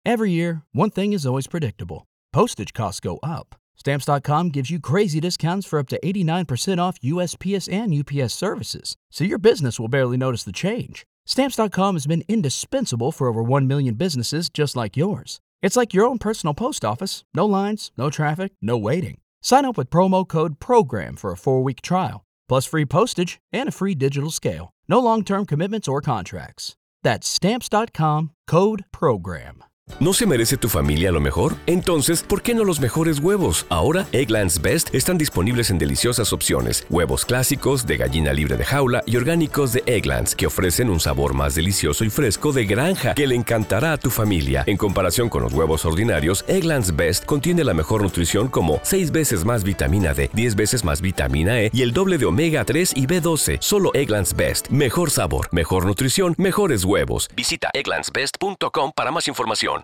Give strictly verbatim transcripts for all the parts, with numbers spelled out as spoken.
Every year, one thing is always predictable. Postage costs go up. Stamps dot com gives you crazy discounts for up to eighty-nine percent off U S P S and U P S services, so your business will barely notice the change. Stamps dot com has been indispensable for over one million businesses just like yours. It's like your own personal post office. No lines, no traffic, no waiting. Sign up with promo code PROGRAM for a four-week trial, plus free postage and a free digital scale. No long-term commitments or contracts. That's Stamps dot com, code PROGRAM. ¿No se merece tu familia lo mejor? Entonces, ¿por qué no los mejores huevos? Ahora, Eggland's Best están disponibles en deliciosas opciones. Huevos clásicos, de gallina libre de jaula y orgánicos de Eggland's, que ofrecen un sabor más delicioso y fresco de granja que le encantará a tu familia. En comparación con los huevos ordinarios, Eggland's Best contiene la mejor nutrición como seis veces más vitamina D, diez veces más vitamina E y el doble de omega tres y B doce. Solo Eggland's Best. Mejor sabor, mejor nutrición, mejores huevos. Visita egglands best punto com para más información.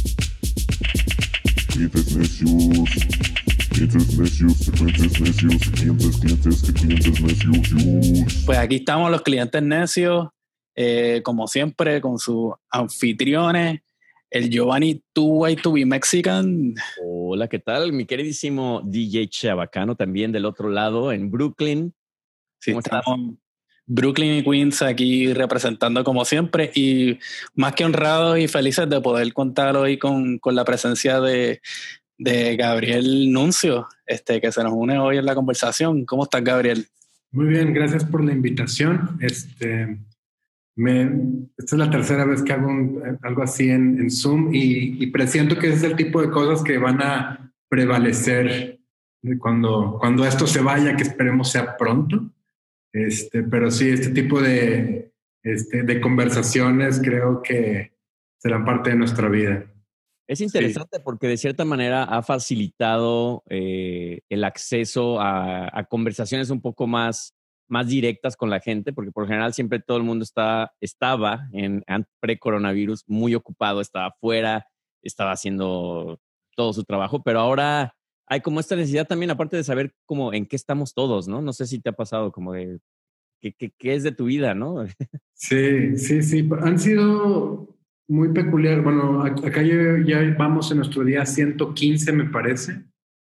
Clientes necios, clientes necios, clientes necios, clientes, clientes, clientes necios. Pues aquí estamos los clientes necios, eh, como siempre, con sus anfitriones, el Giovanni Too White to Be Mexican. Hola, ¿qué tal? Mi queridísimo D J Chabacano, también del otro lado, en Brooklyn. Sí, estamos Brooklyn y Queens aquí representando como siempre, y más que honrados y felices de poder contar hoy con, con la presencia de, de Gabriel Nuncio, este, que se nos une hoy en la conversación. ¿Cómo estás, Gabriel? Muy bien, gracias por la invitación. Este, me, esta es la tercera vez que hago un, algo así en, en Zoom y, y presiento que ese es el tipo de cosas que van a prevalecer cuando, cuando esto se vaya, que esperemos sea pronto. Este, pero sí, este tipo de, este, de conversaciones creo que serán parte de nuestra vida. Es interesante sí. Porque de cierta manera ha facilitado eh, el acceso a, a conversaciones un poco más, más directas con la gente, porque por general siempre todo el mundo está, estaba en pre-coronavirus muy ocupado, estaba afuera, estaba haciendo todo su trabajo, pero ahora hay como esta necesidad también, aparte de saber cómo en qué estamos todos, ¿no? No sé si te ha pasado como de qué, qué, qué es de tu vida, ¿no? Sí, sí, sí. Han sido muy peculiar. Bueno, acá ya, ya vamos en nuestro día ciento quince, me parece.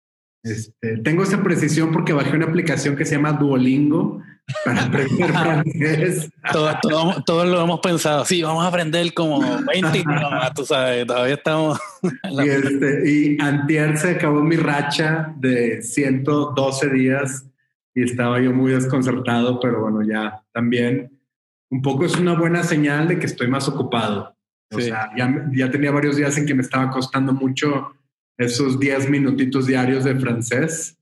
Este, tengo esa precisión porque bajé una aplicación que se llama Duolingo para aprender francés. Todos todo, todo lo hemos pensado. Sí, vamos a aprender como veinte. No, tú sabes, todavía estamos... y, este, y antier se acabó mi racha de ciento doce días y estaba yo muy desconcertado, pero bueno, ya también un poco es una buena señal de que estoy más ocupado. O sí. sea, ya, ya tenía varios días en que me estaba costando mucho esos diez minutitos diarios de francés.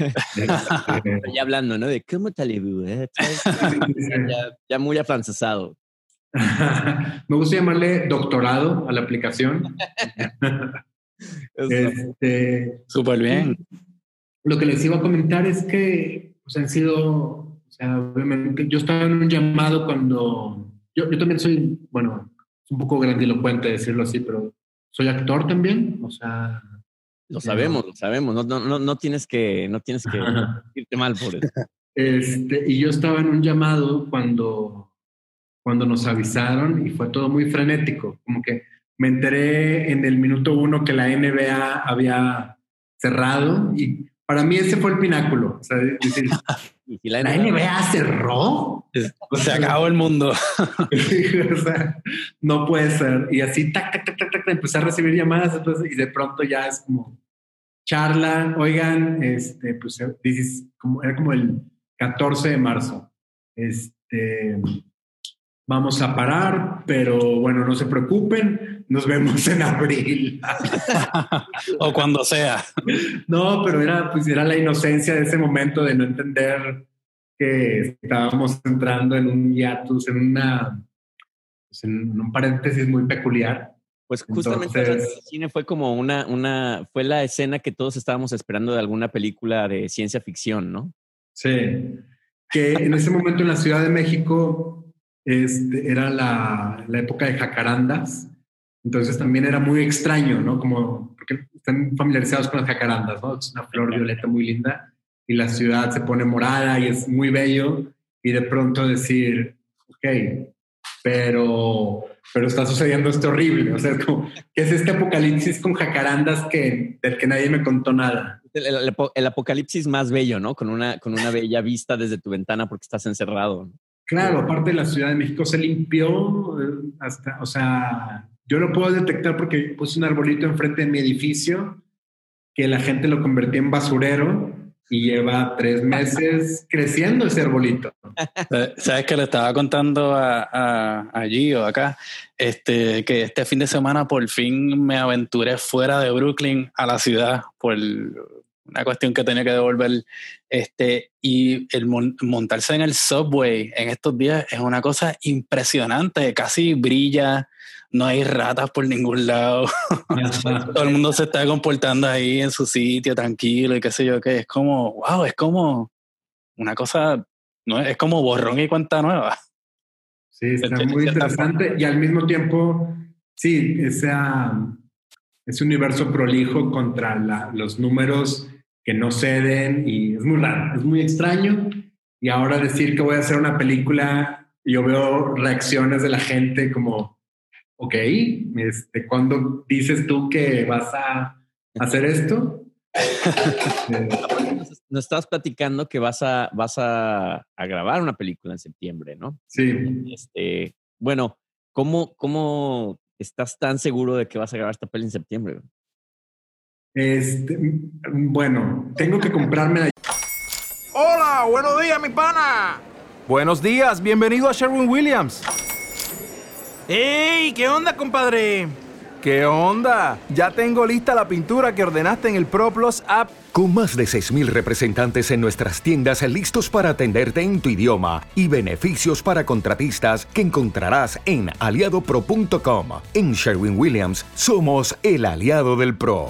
Ya hablando, ¿no? De cómo te le ya, ya muy afrancesado. Me gusta llamarle doctorado a la aplicación. este, Súper bien. Lo que les iba a comentar es que pues, han sido, o sea, obviamente, yo estaba en un llamado cuando, yo, yo también soy, bueno, es un poco grandilocuente decirlo así, pero soy actor también, o sea... Lo sabemos, lo sabemos. No, no, no, no tienes que, no tienes que irte mal por eso. Este, y yo estaba en un llamado cuando, cuando nos avisaron y fue todo muy frenético. Como que me enteré en el minuto uno que la N B A había cerrado y para mí ese fue el pináculo. O sea, decir, ¿Y si la, ¿la N B A cerró? Se acabó el mundo. O sea, no puede ser. Y así, tac, tac, tac, tac, tac, empecé a recibir llamadas entonces, y de pronto ya es como charla, oigan, este, pues dices, como, era como el catorce de marzo. Este, vamos a parar, pero bueno, no se preocupen, nos vemos en abril. O cuando sea. No, pero era, pues, era la inocencia de ese momento de no entender que estábamos entrando en un hiatus, en una, pues, en un paréntesis muy peculiar. Pues justamente Entonces, el cine fue como una, una, fue la escena que todos estábamos esperando de alguna película de ciencia ficción, ¿no? Sí, que en ese momento en la Ciudad de México este, era la, la época de jacarandas, entonces también era muy extraño, ¿no? Como, porque están familiarizados con las jacarandas, ¿no? Es una flor violeta muy linda y la ciudad se pone morada y es muy bello y de pronto decir, ok, pero pero está sucediendo esto horrible. O sea, es como, ¿qué es este apocalipsis con jacarandas que, del que nadie me contó nada? El, el, el apocalipsis más bello, ¿no? Con una, con una bella vista desde tu ventana porque estás encerrado, ¿no? Claro, aparte de la Ciudad de México se limpió hasta, o sea, yo lo puedo detectar porque puse un arbolito enfrente de mi edificio que la gente lo convertía en basurero y lleva tres meses creciendo ese arbolito. Sabes que le estaba contando a, a, a Gio acá, este, que este fin de semana por fin me aventuré fuera de Brooklyn a la ciudad por una cuestión que tenía que devolver, este, y el mon- montarse en el subway en estos días es una cosa impresionante, casi brilla, no hay ratas por ningún lado, todo el mundo se está comportando ahí en su sitio tranquilo y qué sé yo qué, es como, wow, es como una cosa, no es como borrón y cuenta nueva. Sí, está muy interesante y al mismo tiempo, sí, ese, ese universo prolijo contra la, los números que no ceden y es muy raro, es muy extraño. Y ahora decir que voy a hacer una película, yo veo reacciones de la gente como, ok, este, ¿cuándo dices tú que vas a hacer esto? Nos estabas platicando que vas a, vas a, a grabar una película en septiembre, ¿no? Sí. Este, bueno, ¿cómo, ¿cómo estás tan seguro de que vas a grabar esta peli en septiembre? Este, bueno, tengo que comprarme la... Hola, buenos días, mi pana. Buenos días, bienvenido a Sherwin-Williams. ¡Ey! ¿Qué onda, compadre? ¿Qué onda? Ya tengo lista la pintura que ordenaste en el ProPlus app. Con más de seis mil representantes en nuestras tiendas listos para atenderte en tu idioma y beneficios para contratistas que encontrarás en aliado pro punto com. En Sherwin-Williams somos el aliado del pro.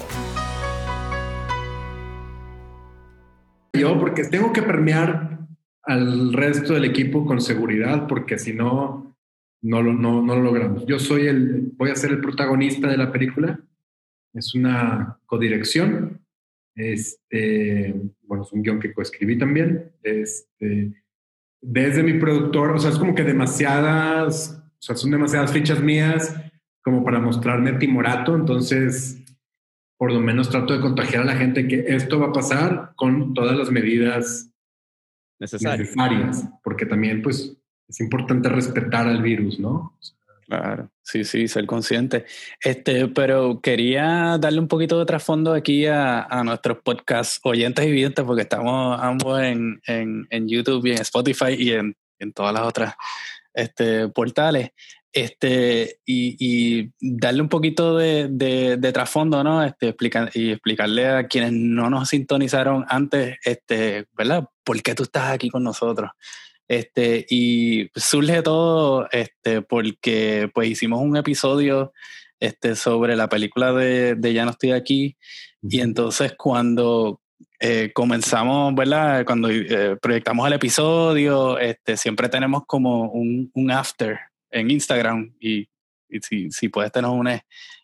Yo, porque tengo que permear al resto del equipo con seguridad, porque si no, no lo, no, no lo logramos. Yo soy el, voy a ser el protagonista de la película. Es una codirección. Este, bueno, es un guión que coescribí también. Este, desde mi productor, o sea, es como que demasiadas, o sea, son demasiadas fichas mías como para mostrarme timorato. Entonces, por lo menos trato de contagiar a la gente que esto va a pasar con todas las medidas Necesarias. necesarias, porque también, pues, es importante respetar al virus, ¿no? Claro, sí, sí, ser consciente. Este, pero quería darle un poquito de trasfondo aquí a, a nuestros podcast oyentes y videntes, porque estamos ambos en, en, en YouTube y en Spotify y en, en todas las otras este, portales. Este, y, y darle un poquito de, de, de trasfondo, ¿no? Este, explica, y explicarle a quienes no nos sintonizaron antes, este, ¿verdad? ¿Por qué tú estás aquí con nosotros? Este, y surge todo este, porque pues hicimos un episodio este, sobre la película de, de Ya no estoy aquí, y entonces cuando eh, comenzamos, ¿verdad? Cuando eh, proyectamos el episodio, este, siempre tenemos como un, un after en Instagram, y, y si, si puedes tener una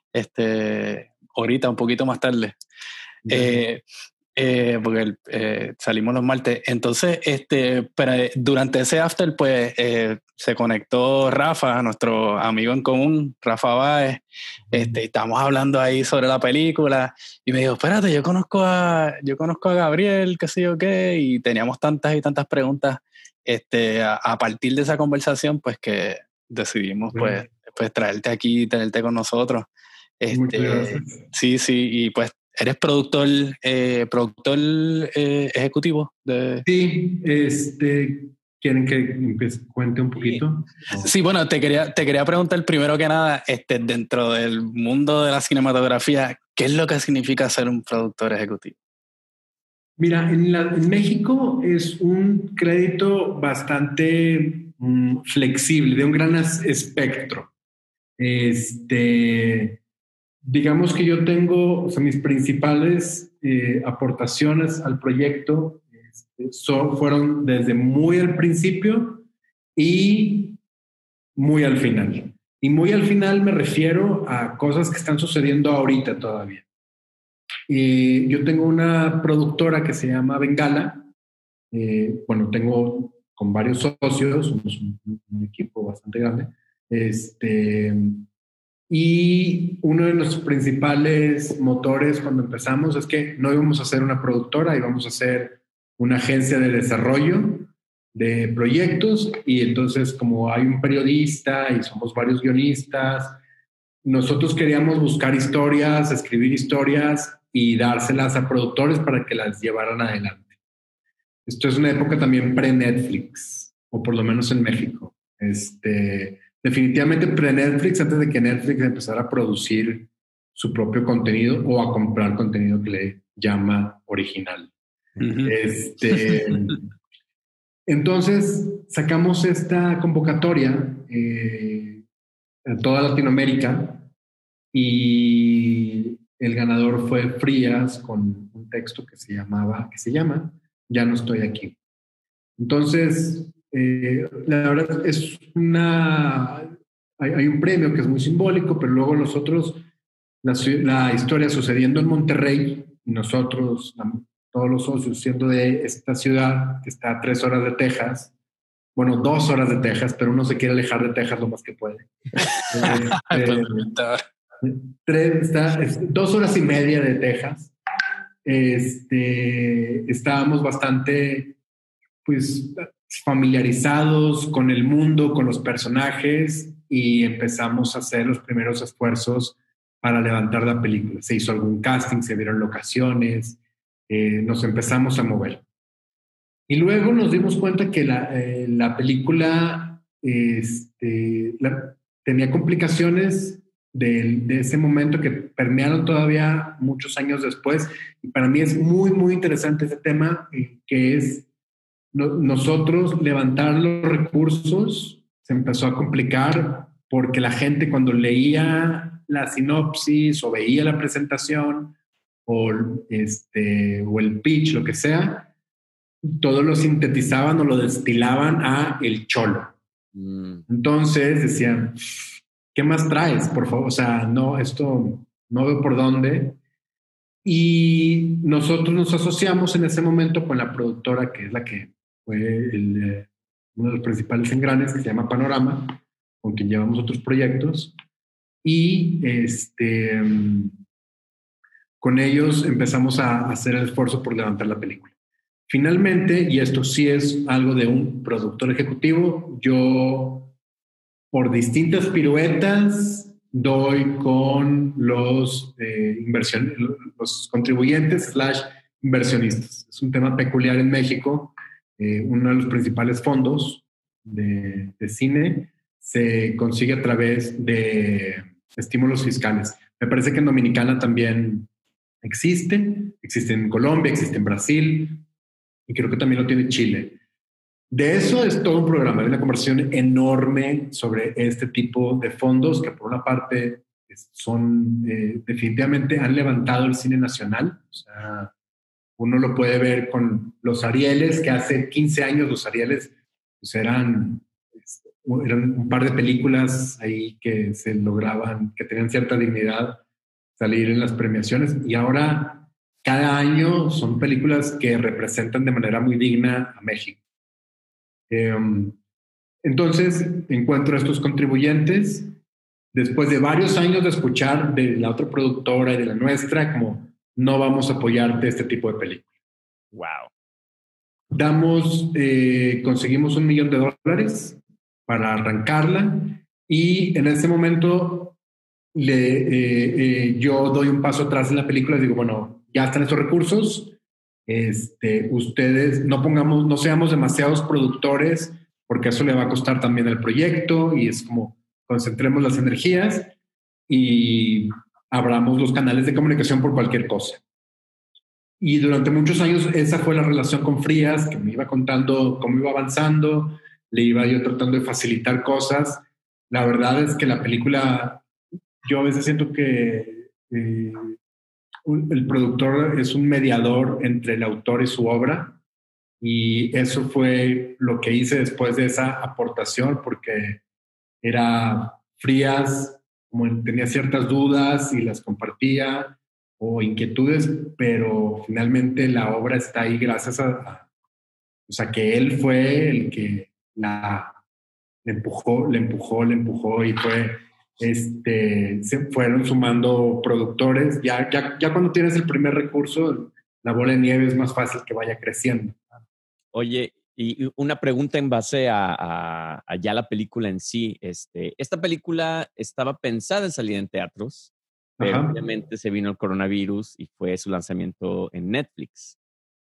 este, ahorita, un poquito más tarde. Eh, Eh, porque eh, salimos los martes. Entonces, este, pero durante ese after, pues eh, se conectó Rafa, nuestro amigo en común, Rafa Báez. Este, estábamos hablando ahí sobre la película y me dijo, espérate, yo conozco a, yo conozco a Gabriel, qué sé yo qué, y teníamos tantas y tantas preguntas. Este, a, a partir de esa conversación, pues que decidimos pues, pues traerte aquí, tenerte con nosotros. Este, sí, sí, y pues ¿eres productor, eh, productor eh, ejecutivo? De... Sí, este, ¿quieren que empiece, cuente un poquito? Sí, sí, bueno, te quería, te quería preguntar primero que nada, este, dentro del mundo de la cinematografía, ¿qué es lo que significa ser un productor ejecutivo? Mira, en, la, en México es un crédito bastante mm, flexible, de un gran espectro. Este... Digamos que yo tengo, o sea, mis principales eh, aportaciones al proyecto este, son, fueron desde muy al principio y muy al final. Y muy al final me refiero a cosas que están sucediendo ahorita todavía. Y yo tengo una productora que se llama Bengala. Eh, bueno, tengo con varios socios, somos un, un equipo bastante grande. Este, y uno de los principales motores cuando empezamos es que no íbamos a ser una productora, íbamos a ser una agencia de desarrollo de proyectos, y entonces como hay un periodista y somos varios guionistas, nosotros queríamos buscar historias, escribir historias y dárselas a productores para que las llevaran adelante. Esto es una época también pre-Netflix, o por lo menos en México. Este, definitivamente pre-Netflix, antes de que Netflix empezara a producir su propio contenido o a comprar contenido que le llama original. Uh-huh. Este, entonces sacamos esta convocatoria eh, a toda Latinoamérica, y el ganador fue Frías con un texto que se llamaba, que se llama Ya no estoy aquí. Entonces, eh, la verdad es una... Hay, hay un premio que es muy simbólico, pero luego nosotros, la, la historia sucediendo en Monterrey, y nosotros, la, todos los socios siendo de esta ciudad que está a tres horas de Texas, bueno, dos horas de Texas, pero uno se quiere alejar de Texas lo más que puede. eh, tres, está, es, dos horas y media de Texas. Este, estábamos bastante, pues, familiarizados con el mundo, con los personajes, y empezamos a hacer los primeros esfuerzos para levantar la película. Se hizo algún casting, se vieron locaciones, eh, nos empezamos a mover. Y luego nos dimos cuenta que la, eh, la película este, la, tenía complicaciones de, de ese momento que permearon todavía muchos años después. Y para mí es muy, muy interesante ese tema, eh, que es no, nosotros levantar los recursos. Se empezó a complicar porque la gente, cuando leía la sinopsis o veía la presentación o, este, o el pitch, lo que sea, todo lo sintetizaban o lo destilaban a el cholo. Mm. Entonces decían, ¿qué más traes? Por favor, o sea, no, esto no veo por dónde. Y nosotros nos asociamos en ese momento con la productora, que es la que fue el, eh, uno de los principales engranes, que se llama Panorama, con quien llevamos otros proyectos. Y este, con ellos empezamos a hacer el esfuerzo por levantar la película. Finalmente, y esto sí es algo de un productor ejecutivo, yo por distintas piruetas doy con los, eh, inversión, los contribuyentes slash inversionistas. Es un tema peculiar en México. Eh, uno de los principales fondos de, de cine se consigue a través de estímulos fiscales. Me parece que en Dominicana también existe, existe en Colombia, existe en Brasil, y creo que también lo tiene Chile. De eso es todo un programa, hay una conversación enorme sobre este tipo de fondos que por una parte son, eh, definitivamente han levantado el cine nacional. O sea, uno lo puede ver con los Arieles, que hace quince años los Arieles pues eran, eran un par de películas ahí que se lograban, que tenían cierta dignidad, salir en las premiaciones, y ahora cada año son películas que representan de manera muy digna a México. Eh, entonces encuentro a estos contribuyentes después de varios años de escuchar de la otra productora y de la nuestra como no vamos a apoyarte este tipo de película. Wow. Damos, eh, conseguimos un millón de dólares para arrancarla, y en ese momento le, eh, eh, yo doy un paso atrás en la película y digo, bueno, ya están estos recursos, este, ustedes no pongamos, no seamos demasiados productores porque eso le va a costar también el proyecto, y es como concentremos las energías y abramos los canales de comunicación por cualquier cosa. Y durante muchos años esa fue la relación con Frías, que me iba contando cómo iba avanzando, le iba yo tratando de facilitar cosas. La verdad es que la película, yo a veces siento que eh, el productor es un mediador entre el autor y su obra, y eso fue lo que hice después de esa aportación, porque era Frías, como tenía ciertas dudas y las compartía, o inquietudes, pero finalmente la obra está ahí gracias a, a o sea, que él fue el que la le empujó, le empujó, le empujó y fue, este, se fueron sumando productores. Ya, ya, ya cuando tienes el primer recurso, la bola de nieve es más fácil que vaya creciendo. Oye, y una pregunta en base a, a, a ya la película en sí. Este, esta película estaba pensada en salir en teatros, pero Ajá. obviamente se vino el coronavirus y fue su lanzamiento en Netflix.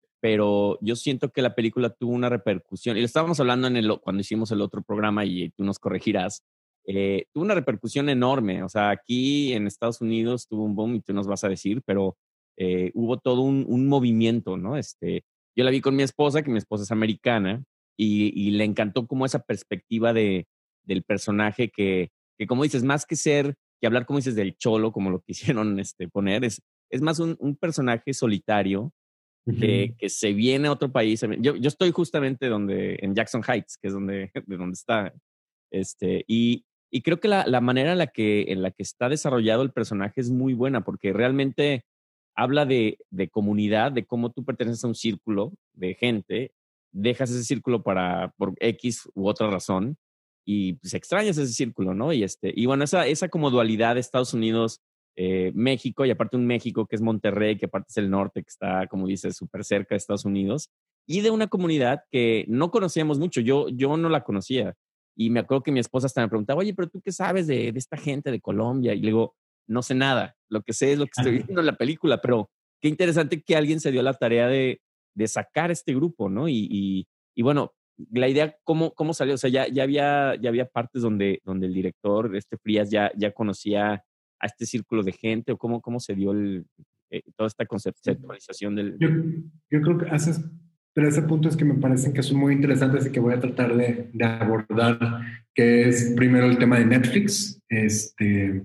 Pero yo siento que la película tuvo una repercusión, y lo estábamos hablando en el, cuando hicimos el otro programa y tú nos corregirás, eh, tuvo una repercusión enorme. O sea, aquí en Estados Unidos tuvo un boom y tú nos vas a decir, pero eh, hubo todo un, un movimiento, ¿no? Este, yo la vi con mi esposa, que mi esposa es americana, y, y le encantó como esa perspectiva de, del personaje que, que, como dices, más que ser, que hablar, como dices, del cholo, como lo quisieron este, poner, es, es más un, un personaje solitario que, uh-huh. que se viene a otro país. Yo, yo estoy justamente donde, en Jackson Heights, que es donde, de donde está. Este, y, y creo que la, la manera en la que, en la que está desarrollado el personaje es muy buena, porque realmente habla de, de comunidad, de cómo tú perteneces a un círculo de gente, dejas ese círculo para, por X u otra razón, y pues extrañas ese círculo, ¿no? Y, este, y bueno, esa, esa como dualidad de Estados Unidos, eh, México, y aparte un México que es Monterrey, que aparte es el norte, que está, como dices, súper cerca de Estados Unidos, y de una comunidad que no conocíamos mucho. Yo, yo no la conocía, y me acuerdo que mi esposa hasta me preguntaba, oye, pero ¿tú qué sabes de, de esta gente de Colombia? Y le digo, no sé nada, lo que sé es lo que estoy viendo en la película, pero qué interesante que alguien se dio la tarea de, de sacar este grupo, ¿no? Y, y, y bueno, la idea, ¿cómo, cómo salió? O sea, ya, ya, había, ya había partes donde, donde el director, este Frías, ya, ya conocía a este círculo de gente, o cómo, cómo se dio el, eh, toda esta conceptualización del... Yo, yo creo que haces tres puntos que me parecen que son muy interesantes y que voy a tratar de, de abordar, que es primero el tema de Netflix, este...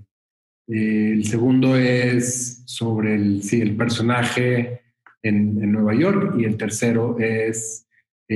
El segundo es sobre el, sí, el personaje en, en Nueva York, y el tercero es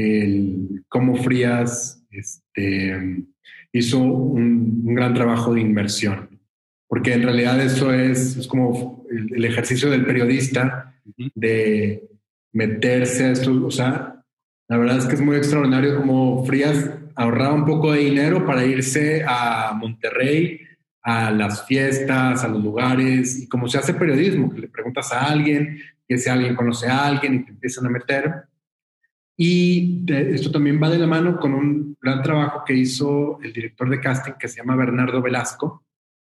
el, cómo Frías este, hizo un, un gran trabajo de inmersión. Porque en realidad eso es, es como el, el ejercicio del periodista de meterse a esto. O sea, la verdad es que es muy extraordinario cómo Frías ahorraba un poco de dinero para irse a Monterrey, a las fiestas, a los lugares, y como se hace periodismo, que le preguntas a alguien, que ese alguien conoce a alguien y te empiezan a meter. Y de, esto también va de la mano con un gran trabajo que hizo el director de casting, que se llama Bernardo Velasco,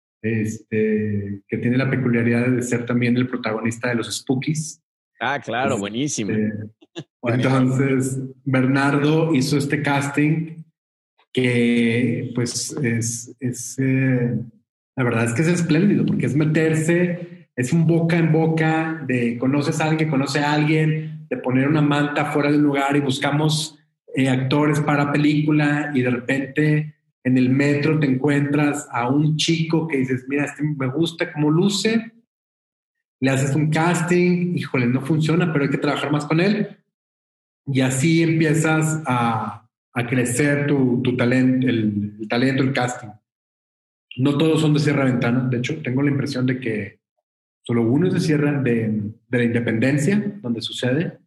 este, que tiene la peculiaridad de ser también el protagonista de los Spookies. Ah, claro, buenísimo. Este, entonces, Bernardo hizo este casting que pues es... es eh, la verdad es que es espléndido, porque es meterse, es un boca en boca de conoces a alguien que conoce a alguien, de poner una manta fuera de un lugar y buscamos eh, actores para película, y de repente en el metro te encuentras a un chico que dices, mira, este me gusta cómo luce, le haces un casting, híjole, no funciona, pero hay que trabajar más con él, y así empiezas a, a crecer tu, tu talento, el, el talento, el casting. No todos son de Sierra Ventana. De hecho, tengo la impresión de que solo uno es de Sierra, de, de la Independencia, donde sucede.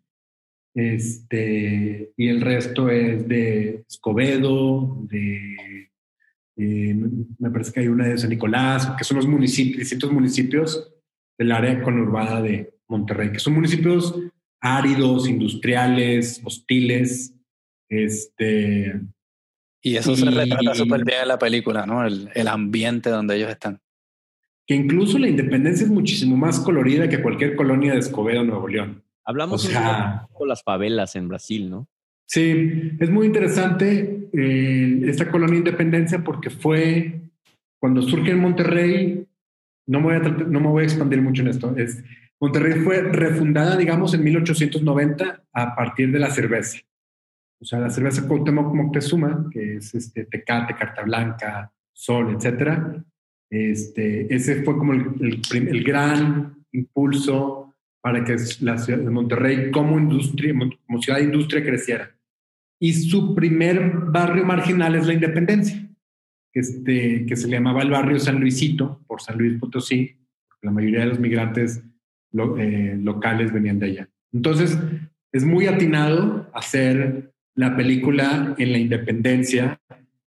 Este, y el resto es de Escobedo, de... Eh, me parece que hay una de San Nicolás, que son los municipios, distintos municipios del área conurbada de Monterrey, que son municipios áridos, industriales, hostiles. Este... Y eso y, se retrata súper bien en la película, ¿no? El, el ambiente donde ellos están. Que incluso la Independencia es muchísimo más colorida que cualquier colonia de Escobedo, Nuevo León. Hablamos o sea, un poco de las favelas en Brasil, ¿no? Sí, es muy interesante eh, esta colonia Independencia, porque fue cuando surge en Monterrey. No me voy a, tratar, no me voy a expandir mucho en esto. Es, Monterrey fue refundada, digamos, en mil ochocientos noventa a partir de la cerveza. O sea, la cerveza Cuauhtémoc Moctezuma, que es este, Tecate, Carta Blanca, Sol, etcétera. Este, ese fue como el, el, el gran impulso para que la ciudad de Monterrey como industria, como ciudad de industria creciera. Y su primer barrio marginal es la Independencia, que, este, que se le llamaba el barrio San Luisito, por San Luis Potosí, porque la mayoría de los migrantes lo, eh, locales venían de allá. Entonces, es muy atinado hacer la película en la Independencia,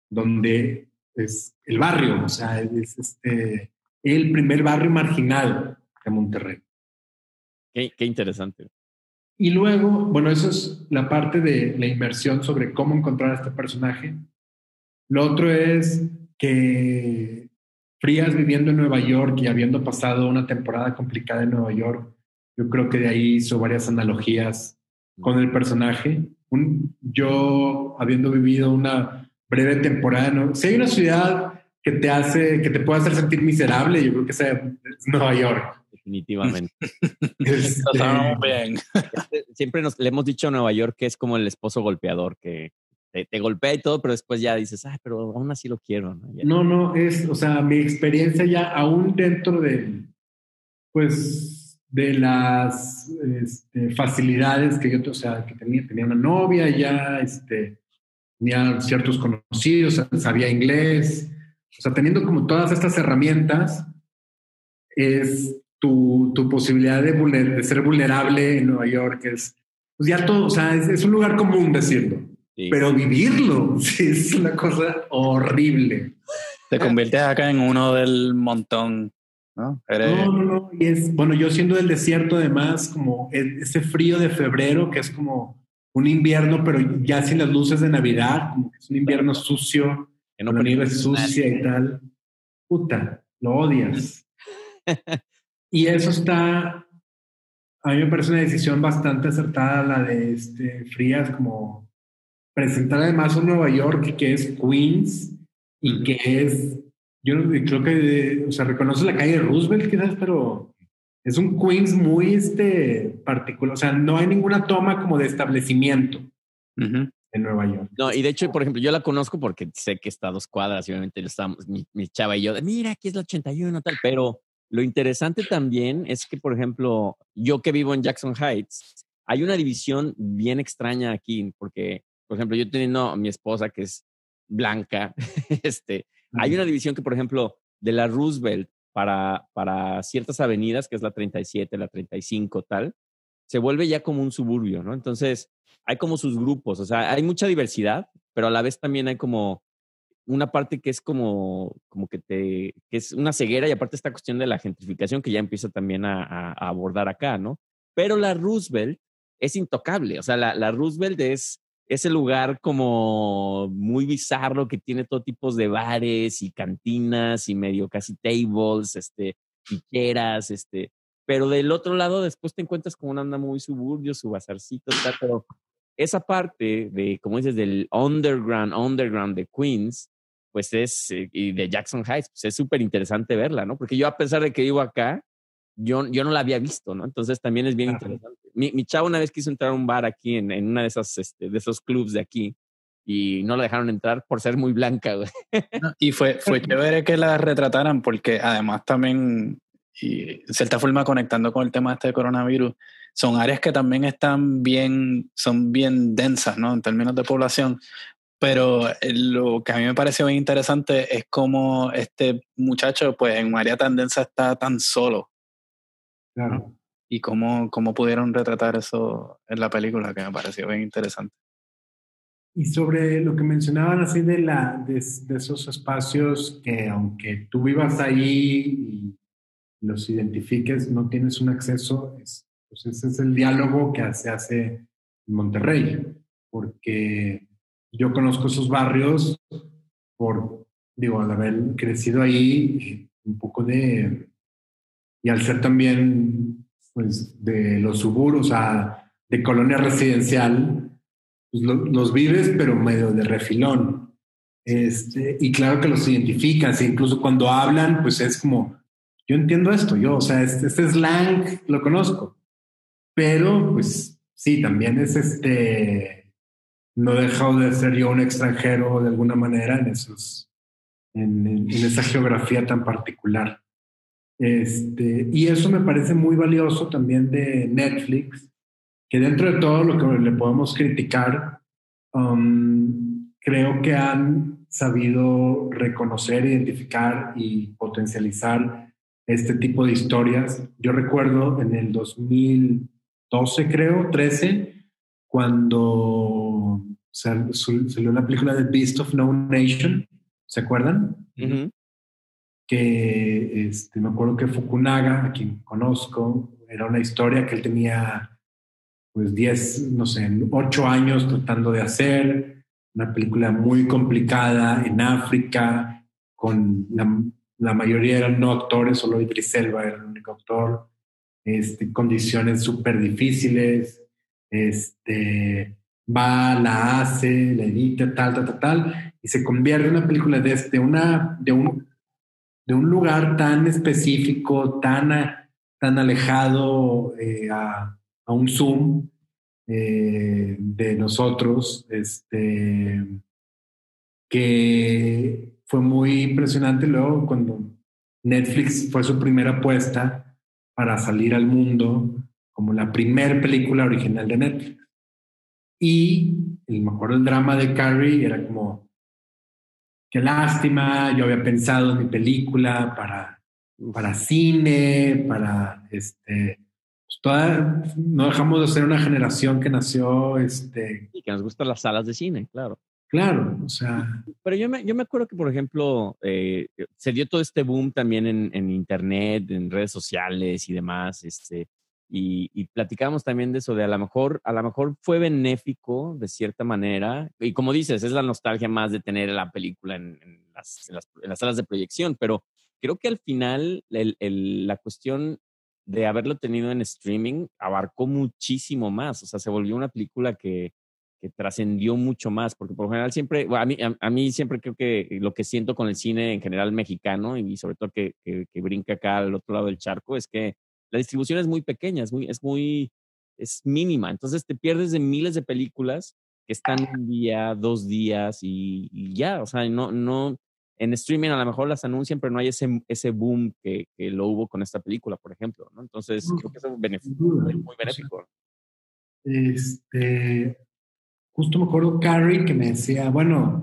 donde es el barrio, o sea, es este, el primer barrio marginal de Monterrey. Qué, qué interesante. Y luego, bueno, eso es la parte de la inmersión sobre cómo encontrar a este personaje. Lo otro es que Frías viviendo en Nueva York y habiendo pasado una temporada complicada en Nueva York, yo creo que de ahí hizo varias analogías con el personaje. Un, yo, habiendo vivido una breve temporada, ¿no? Si hay una ciudad que te hace, que te puede hacer sentir miserable, yo creo que esa es Nueva York. Definitivamente. Este, bien. Siempre nos, le hemos dicho a Nueva York que es como el esposo golpeador, que te, te golpea y todo, pero después ya dices, ah, pero aún así lo quiero, ¿no? Ya. No, no, es, o sea, mi experiencia ya aún dentro de, pues, de las este, facilidades que yo, o sea, que tenía, tenía una novia ya, este, tenía ciertos conocidos, sabía inglés, o sea, teniendo como todas estas herramientas, es tu, tu posibilidad de, vulner, de ser vulnerable en Nueva York, es, pues ya todo, o sea, es, es un lugar común decirlo. Sí. Pero vivirlo sí, es una cosa horrible. Te conviertes acá en uno del montón, ¿no? Eres... No, no, no. Y es, bueno, yo siendo del desierto, además, como ese frío de febrero, que es como un invierno, pero ya sin las luces de Navidad, como que es un invierno sucio, que no, con la nieve sucia y tal. Puta, lo odias. Y eso está, a mí me parece una decisión bastante acertada, la de este, Frías, como presentar además un Nueva York que es Queens y que es, yo creo que, o sea, reconoce la calle de Roosevelt quizás, pero es un Queens muy este, particular, o sea, no hay ninguna toma como de establecimiento uh-huh. en Nueva York. No, y de hecho, por ejemplo, yo la conozco porque sé que está a dos cuadras y obviamente estamos, mi, mi chava y yo, de, mira, aquí es la ochenta y uno, tal, pero lo interesante también es que, por ejemplo, yo que vivo en Jackson Heights, hay una división bien extraña aquí, porque por ejemplo, yo teniendo a mi esposa que es blanca, este, uh-huh. hay una división que, por ejemplo, de la Roosevelt para, para ciertas avenidas, que es la treinta y siete, la treinta y cinco, tal, se vuelve ya como un suburbio, ¿no? Entonces, hay como sus grupos, o sea, hay mucha diversidad, pero a la vez también hay como una parte que es como, como que te, que es una ceguera y aparte esta cuestión de la gentrificación que ya empieza también a, a, a abordar acá, ¿no? Pero la Roosevelt es intocable, o sea, la, la Roosevelt es ese lugar como muy bizarro que tiene todo tipo de bares y cantinas y medio casi tables, este, piqueras, este, pero del otro lado después te encuentras con una onda muy suburbio, su bazarcito, tal, pero esa parte de, como dices, del underground, underground de Queens, pues es, eh, y de Jackson Heights, pues es súper interesante verla, ¿no? Porque yo a pesar de que vivo acá, Yo, yo no la había visto, ¿no? Entonces también es bien Ajá. interesante. Mi, mi chavo una vez quiso entrar a un bar aquí, en, en una de esas, este, de esos clubs de aquí, y no la dejaron entrar por ser muy blanca, güey. No, y fue, fue chévere que la retrataran, porque además también, y en cierta forma conectando con el tema este de coronavirus, son áreas que también están bien, son bien densas, ¿no? En términos de población. Pero lo que a mí me pareció bien interesante es cómo este muchacho, pues en un área tan densa está tan solo. Claro. Y cómo, cómo pudieron retratar eso en la película, que me pareció bien interesante. Y sobre lo que mencionaban así de, la, de, de esos espacios que aunque tú vivas ahí y los identifiques, no tienes un acceso, es, pues ese es el diálogo que se hace en Monterrey, porque yo conozco esos barrios por, digo, al haber crecido ahí, un poco de... Y al ser también pues, de los suburbios, o sea, de colonia residencial, pues lo, los vives, pero medio de refilón. Este, y claro que los identificas, e incluso cuando hablan, pues es como, yo entiendo esto, yo, o sea, este, este slang lo conozco. Pero, pues sí, también es este, no he dejado de ser yo un extranjero de alguna manera en, esos, en, en, en esa geografía tan particular. Este, y eso me parece muy valioso también de Netflix, que dentro de todo lo que le podemos criticar, um, creo que han sabido reconocer, identificar y potencializar este tipo de historias. Yo recuerdo en el dos mil doce, creo, trece, cuando sea, salió la película de Beast of No Nation, ¿se acuerdan? Uh-huh. Que este, me acuerdo que Fukunaga, a quien conozco, era una historia que él tenía pues diez, no sé, ocho años tratando de hacer, una película muy complicada en África, con la, la mayoría eran no actores, solo Idris Elba era el único actor, este, condiciones súper difíciles, este, va, la hace, la edita, tal, tal, tal, tal, y se convierte en una película de, de, una, de, un, de un lugar tan específico, tan, tan alejado eh, a, a un Zoom eh, de nosotros, este, que fue muy impresionante. Luego, cuando Netflix fue su primera apuesta para salir al mundo como la primera película original de Netflix. Y el mejor el drama de Carrie era como, qué lástima, yo había pensado en mi película para, para cine, para este, pues toda, no dejamos de ser una generación que nació este, y que nos gustan las salas de cine, claro. Claro, o sea. Pero yo me, yo me acuerdo que, por ejemplo, eh, se dio todo este boom también en, en internet, en redes sociales y demás, este, y, y platicábamos también de eso, de a lo mejor, a lo mejor fue benéfico de cierta manera, y como dices, es la nostalgia más de tener la película en, en, las, en, las, en las salas de proyección, pero creo que al final el, el, la cuestión de haberlo tenido en streaming abarcó muchísimo más, o sea, se volvió una película que que trascendió mucho más, porque por lo general siempre, bueno, a, mí, a, a mí siempre creo que lo que siento con el cine en general mexicano y sobre todo que, que, que brinca acá al otro lado del charco es que la distribución es muy pequeña, es muy, es muy, es mínima, entonces te pierdes de miles de películas que están un día, dos días y, y ya, o sea, no, no, en streaming a lo mejor las anuncian, pero no hay ese, ese boom que, que lo hubo con esta película, por ejemplo, ¿no? Entonces creo que eso es, benéfico, es muy benéfico. Este... Justo me acuerdo Carrie que me decía, bueno,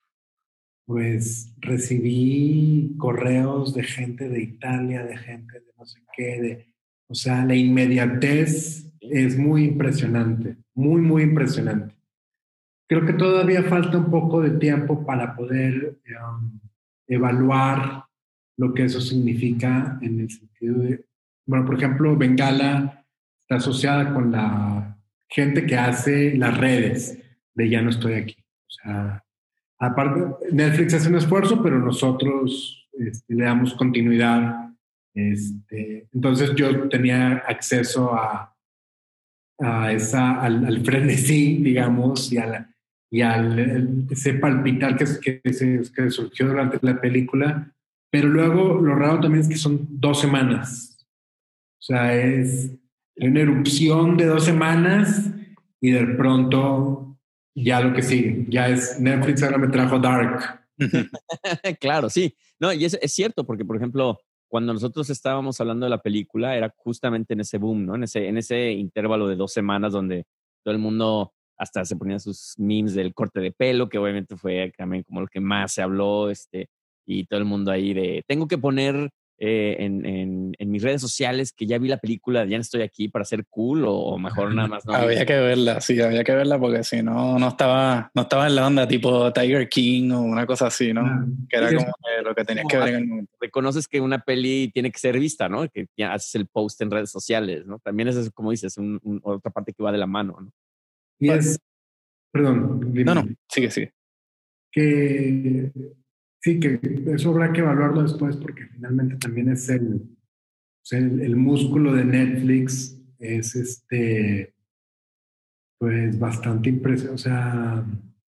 pues recibí correos de gente de Italia, de gente de no sé qué, de, o sea, la inmediatez es muy impresionante, muy, muy impresionante. Creo que todavía falta un poco de tiempo para poder um, evaluar lo que eso significa en el sentido de, bueno, por ejemplo, Bengala está asociada con la gente que hace las redes de ya no estoy aquí. O sea, aparte, Netflix hace un esfuerzo, pero nosotros este, le damos continuidad. Este, entonces yo tenía acceso a, a esa, al, al frenesí, digamos, y, a la, y al ese palpitar que, que, se, que surgió durante la película. Pero luego lo raro también es que son dos semanas. O sea, es una erupción de dos semanas y de pronto ya lo que sigue, ya es Netflix ahora me trajo Dark. Claro, sí. No, y es, es cierto, porque por ejemplo, cuando nosotros estábamos hablando de la película, era justamente en ese boom, ¿no? En ese, en ese intervalo de dos semanas donde todo el mundo hasta se ponía sus memes del corte de pelo, que obviamente fue también como lo que más se habló, este, y todo el mundo ahí de, tengo que poner eh, en, en, en mis redes sociales que ya vi la película, ya no estoy aquí para ser cool, o, o mejor nada más no. Había que verla, sí, había que verla porque si no, no estaba, no estaba en la onda tipo Tiger King o una cosa así, ¿no? Ah, que era como que lo que tenías que ver en el momento. Reconoces que una peli tiene que ser vista, ¿no? Que ya haces el post en redes sociales, ¿no? También es, como dices, un, un, otra parte que va de la mano, ¿no? Y es, perdón. Dime, no, no, sigue, sigue. Que sí, que eso habrá que evaluarlo después porque finalmente también es el, o sea, el, el músculo de Netflix es este, pues bastante impresionante, o sea,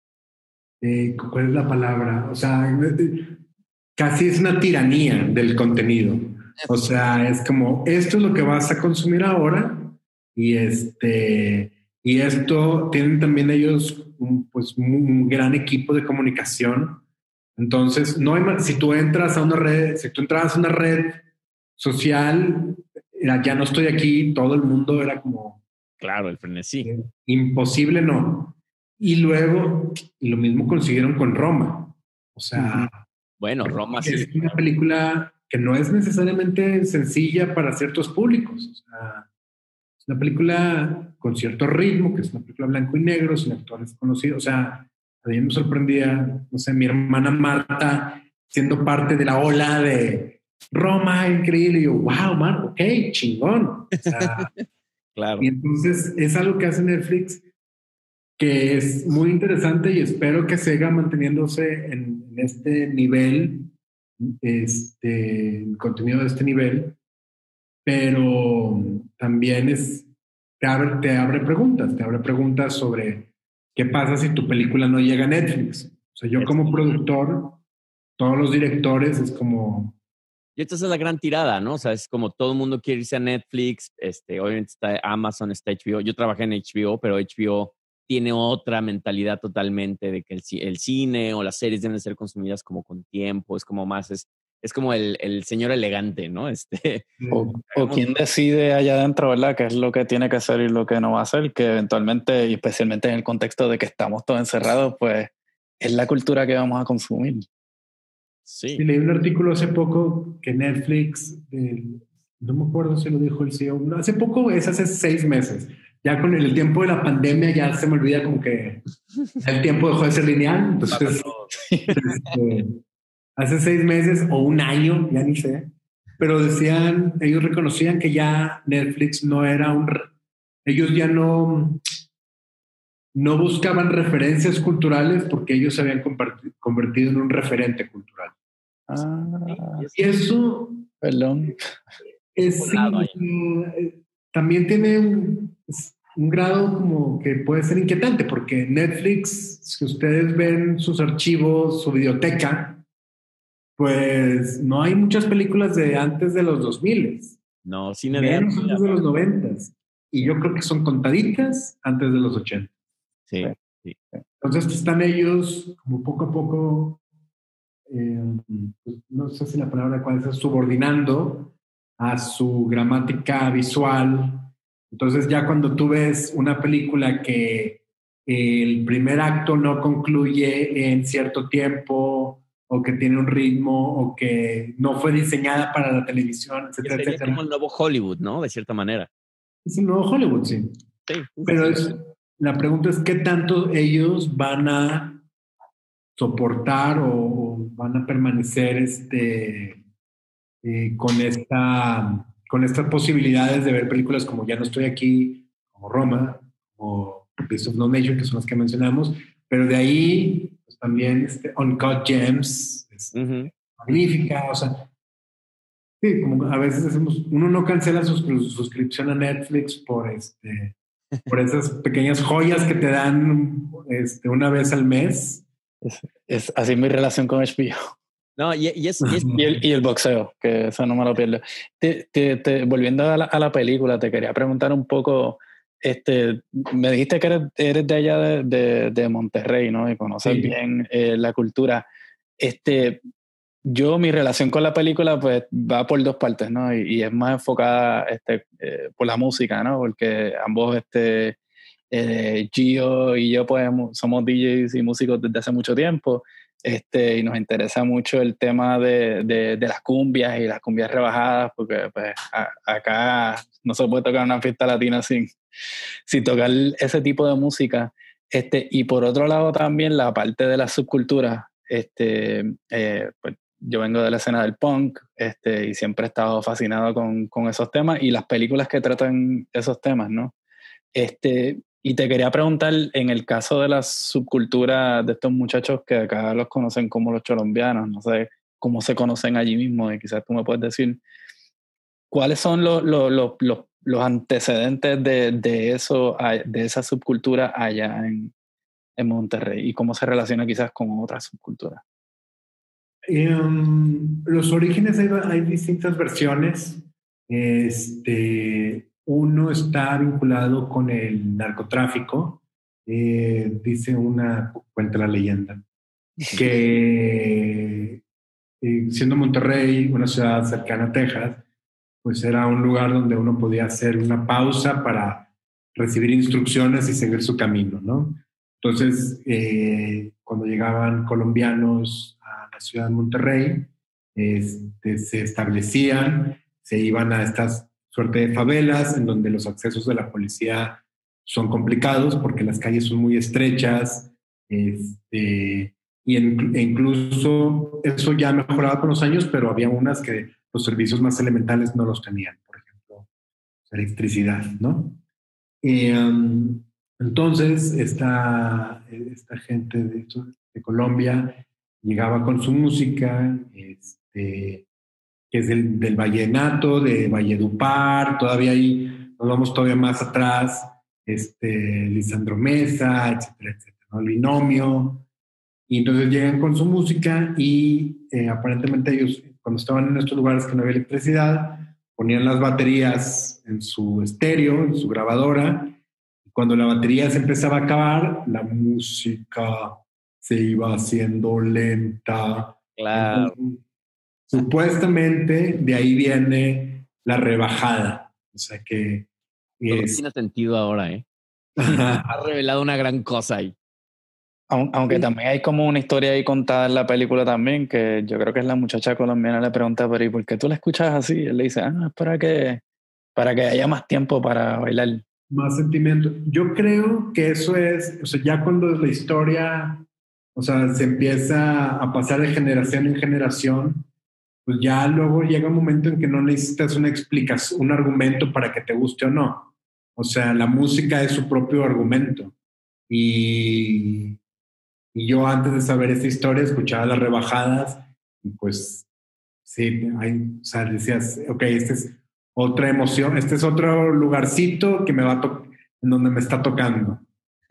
eh, ¿cuál es la palabra? O sea, casi es una tiranía del contenido. O sea, es como, esto es lo que vas a consumir ahora y este, y esto tienen también ellos un, pues un gran equipo de comunicación. Entonces, no hay, si tú entras a una red, si tú entras a una red social, era, ya no estoy aquí, todo el mundo era como... Claro, el frenesí. Eh, imposible no. Y luego, lo mismo consiguieron con Roma. O sea... Uh-huh. Bueno, Roma sí. Es una película que no es necesariamente sencilla para ciertos públicos. O sea, Es una película con cierto ritmo, que es una película blanco y negro, sin actores conocidos. O sea, a mí me sorprendía, no sé, mi hermana Marta siendo parte de la ola de Roma, increíble. Y yo, wow, man, ok, chingón. O sea, claro. Y entonces es algo que hace Netflix que es muy interesante y espero que siga manteniéndose en, en este nivel, este, el contenido de este nivel, pero también es, te abre, te abre preguntas, te abre preguntas sobre qué pasa si tu película no llega a Netflix. O sea, yo como productor, todos los directores es como... Y esta es la gran tirada, ¿no? O sea, es como todo el mundo quiere irse a Netflix, este, obviamente está Amazon, está H B O. Yo trabajé en H B O, pero H B O tiene otra mentalidad totalmente de que el, el cine o las series deben ser consumidas como con tiempo, es como más, es, es como el, el señor elegante, ¿no? Este, o, o quién decide allá adentro, ¿verdad? ¿Qué es lo que tiene que hacer y lo que no va a hacer? Que eventualmente, y especialmente en el contexto de que estamos todos encerrados, pues es la cultura que vamos a consumir. Sí. Sí, leí un artículo hace poco que Netflix, eh, no me acuerdo si lo dijo el C E O, no, hace poco, es hace seis meses. Ya con el tiempo de la pandemia ya se me olvida como que el tiempo dejó de ser lineal. Entonces, este, hace seis meses o un año, ya ni sé, pero decían, ellos reconocían que ya Netflix no era un... Ellos ya no, no buscaban referencias culturales porque ellos se habían convertido en un referente cultural. Ah, y eso... Perdón. Es, sí, eh, también tiene un, un grado como que puede ser inquietante, porque Netflix, si ustedes ven sus archivos, su biblioteca, pues no hay muchas películas de antes de los dos mil. No, cine de menos antes de los noventa. Y yo creo que son contaditas antes de los ochenta. Sí, sí. Entonces están ellos como poco a poco, eh, pues, no sé si la palabra cuál es, subordinando a su gramática visual. Entonces ya cuando tú ves una película que el primer acto no concluye en cierto tiempo, o que tiene un ritmo, o que no fue diseñada para la televisión, etcétera, sería etcétera. como el nuevo Hollywood, ¿no? De cierta manera. Es el nuevo Hollywood, sí. Sí. Pero es, la pregunta es qué tanto ellos van a soportar o, o van a permanecer este, eh, con, esta, con estas posibilidades de ver películas como Ya no estoy aquí, como Roma, o Beast of No Nation, que son las que mencionamos, pero de ahí pues, también este, Uncut Gems, es uh-huh. magnífica, o sea, sí, como a veces hacemos, uno no cancela su, su suscripción a Netflix por este, por esas pequeñas joyas que te dan este, una vez al mes. Es, es así mi relación con H B O. No, y, y, es, y, es, y, el, y el boxeo, que eso no me lo pierdo. Te, te, te, volviendo a la, a la película, te quería preguntar un poco, este, me dijiste que eres, eres de allá de, de, de Monterrey, ¿no? Y conoces sí. bien eh, la cultura. Este, yo, mi relación con la película, pues, va por dos partes, ¿no? Y, y es más enfocada este, eh, por la música, ¿no? Porque ambos, este, eh, Gio y yo, pues, somos D Js y músicos desde hace mucho tiempo. Este, y nos interesa mucho el tema de, de, de las cumbias y las cumbias rebajadas, porque pues, a, acá no se puede tocar una fiesta latina sin, sin tocar ese tipo de música. Este, y por otro lado también la parte de las subculturas. Este, eh, pues, yo vengo de la escena del punk este, y siempre he estado fascinado con, con esos temas y las películas que tratan esos temas, ¿no? Este, y te quería preguntar, en el caso de la subcultura de estos muchachos que acá los conocen como los colombianos, no sé cómo se conocen allí mismo, y quizás tú me puedes decir, ¿cuáles son los, los, los, los, los antecedentes de, de, eso, de esa subcultura allá en, en Monterrey? ¿Y cómo se relaciona quizás con otras subculturas? Um, los orígenes, hay, hay distintas versiones. Este... Uno está vinculado con el narcotráfico, eh, dice una, cuenta la leyenda, que eh, siendo Monterrey, una ciudad cercana a Texas, pues era un lugar donde uno podía hacer una pausa para recibir instrucciones y seguir su camino, ¿no? Entonces, eh, cuando llegaban colombianos a la ciudad de Monterrey, este, se establecían, se iban a estas suerte de favelas en donde los accesos de la policía son complicados porque las calles son muy estrechas, este, y en, e incluso eso ya ha mejorado con los años, pero había unas que los servicios más elementales no los tenían, por ejemplo, electricidad, ¿no? Y, um, entonces, esta, esta gente de, de Colombia llegaba con su música, este, que es del, del vallenato, de Valledupar, todavía ahí nos vamos todavía más atrás, este, Lisandro Mesa, etcétera, etcétera, ¿no? El Binomio. Y entonces llegan con su música y eh, aparentemente ellos, cuando estaban en estos lugares que no había electricidad, ponían las baterías en su estéreo, en su grabadora, y cuando la batería se empezaba a acabar, la música se iba haciendo lenta. Claro. Entonces, supuestamente de ahí viene la rebajada. O sea que Todo es... tiene sentido ahora, ¿eh? Ha revelado una gran cosa ahí. Aunque sí. También hay como una historia ahí contada en la película también, que yo creo que es la muchacha colombiana le pregunta, pero ¿y por qué tú la escuchas así? Y él le dice, ah, es para que, para que haya más tiempo para bailar. Más sentimiento. Yo creo que eso es, o sea, ya cuando la historia, o sea, se empieza a pasar de generación en generación, pues ya luego llega un momento en que no necesitas una explicación, un argumento para que te guste o no. O sea, la música es su propio argumento. Y... Y yo antes de saber esta historia escuchaba las rebajadas y pues sí, hay, o sea, decías, ok, esta es otra emoción, este es otro lugarcito que me va a to- en donde me está tocando.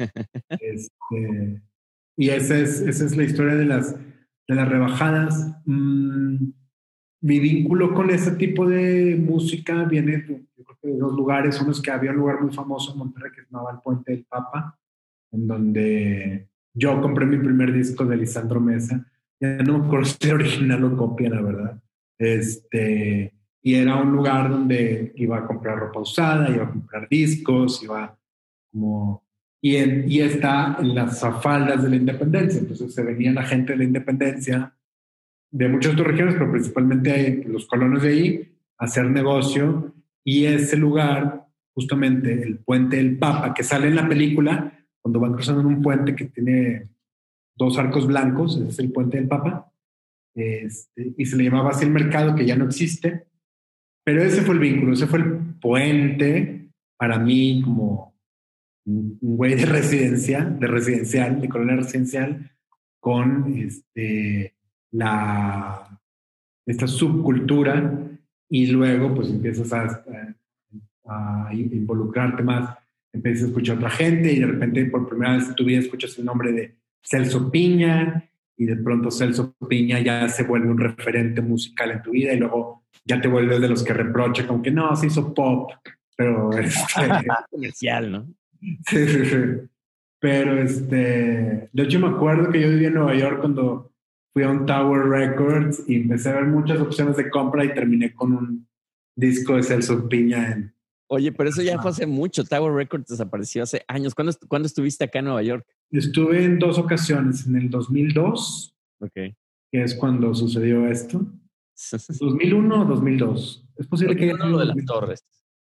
este, y esa es, esa es la historia de las, de las rebajadas. Mm, mi vínculo con ese tipo de música viene de, yo creo que de dos lugares. Uno es que había un lugar muy famoso en Monterrey que se llamaba el Puente del Papa, en donde yo compré mi primer disco de Lisandro Mesa. Ya no me acuerdo si era original o copia, la verdad. Este, y era un lugar donde iba a comprar ropa usada, iba a comprar discos, iba como... Y, en, y está en las faldas de la Independencia. Entonces se venía la gente de la Independencia de muchas otras regiones, pero principalmente los colonos de ahí, a hacer negocio. Y ese lugar, justamente el Puente del Papa, que sale en la película, cuando van cruzando en un puente que tiene dos arcos blancos, ese es el Puente del Papa, este, y se le llamaba así el mercado, que ya no existe, pero ese fue el vínculo, ese fue el puente para mí como un güey de residencia, de residencial, de colonia residencial, con este, la, esta subcultura, y luego pues empiezas a, a, a involucrarte más, empiezas a escuchar a otra gente y de repente por primera vez en tu vida escuchas el nombre de Celso Piña y de pronto Celso Piña ya se vuelve un referente musical en tu vida y luego ya te vuelves de los que reprocha como que no, se hizo pop, pero este... comercial, ¿no? Sí, sí, sí. Pero este, de hecho me acuerdo que yo vivía en Nueva York cuando fui a un Tower Records y empecé a ver muchas opciones de compra y terminé con un disco de Celso Piña en... Oye, pero eso ya fue hace mucho. Tower Records desapareció hace años. ¿Cuándo, ¿cuándo estuviste acá en Nueva York? Estuve en dos ocasiones, en el dos mil dos, okay, que es cuando sucedió esto. ¿dos mil uno o dos mil dos? Es posible que... No, lo de las torres.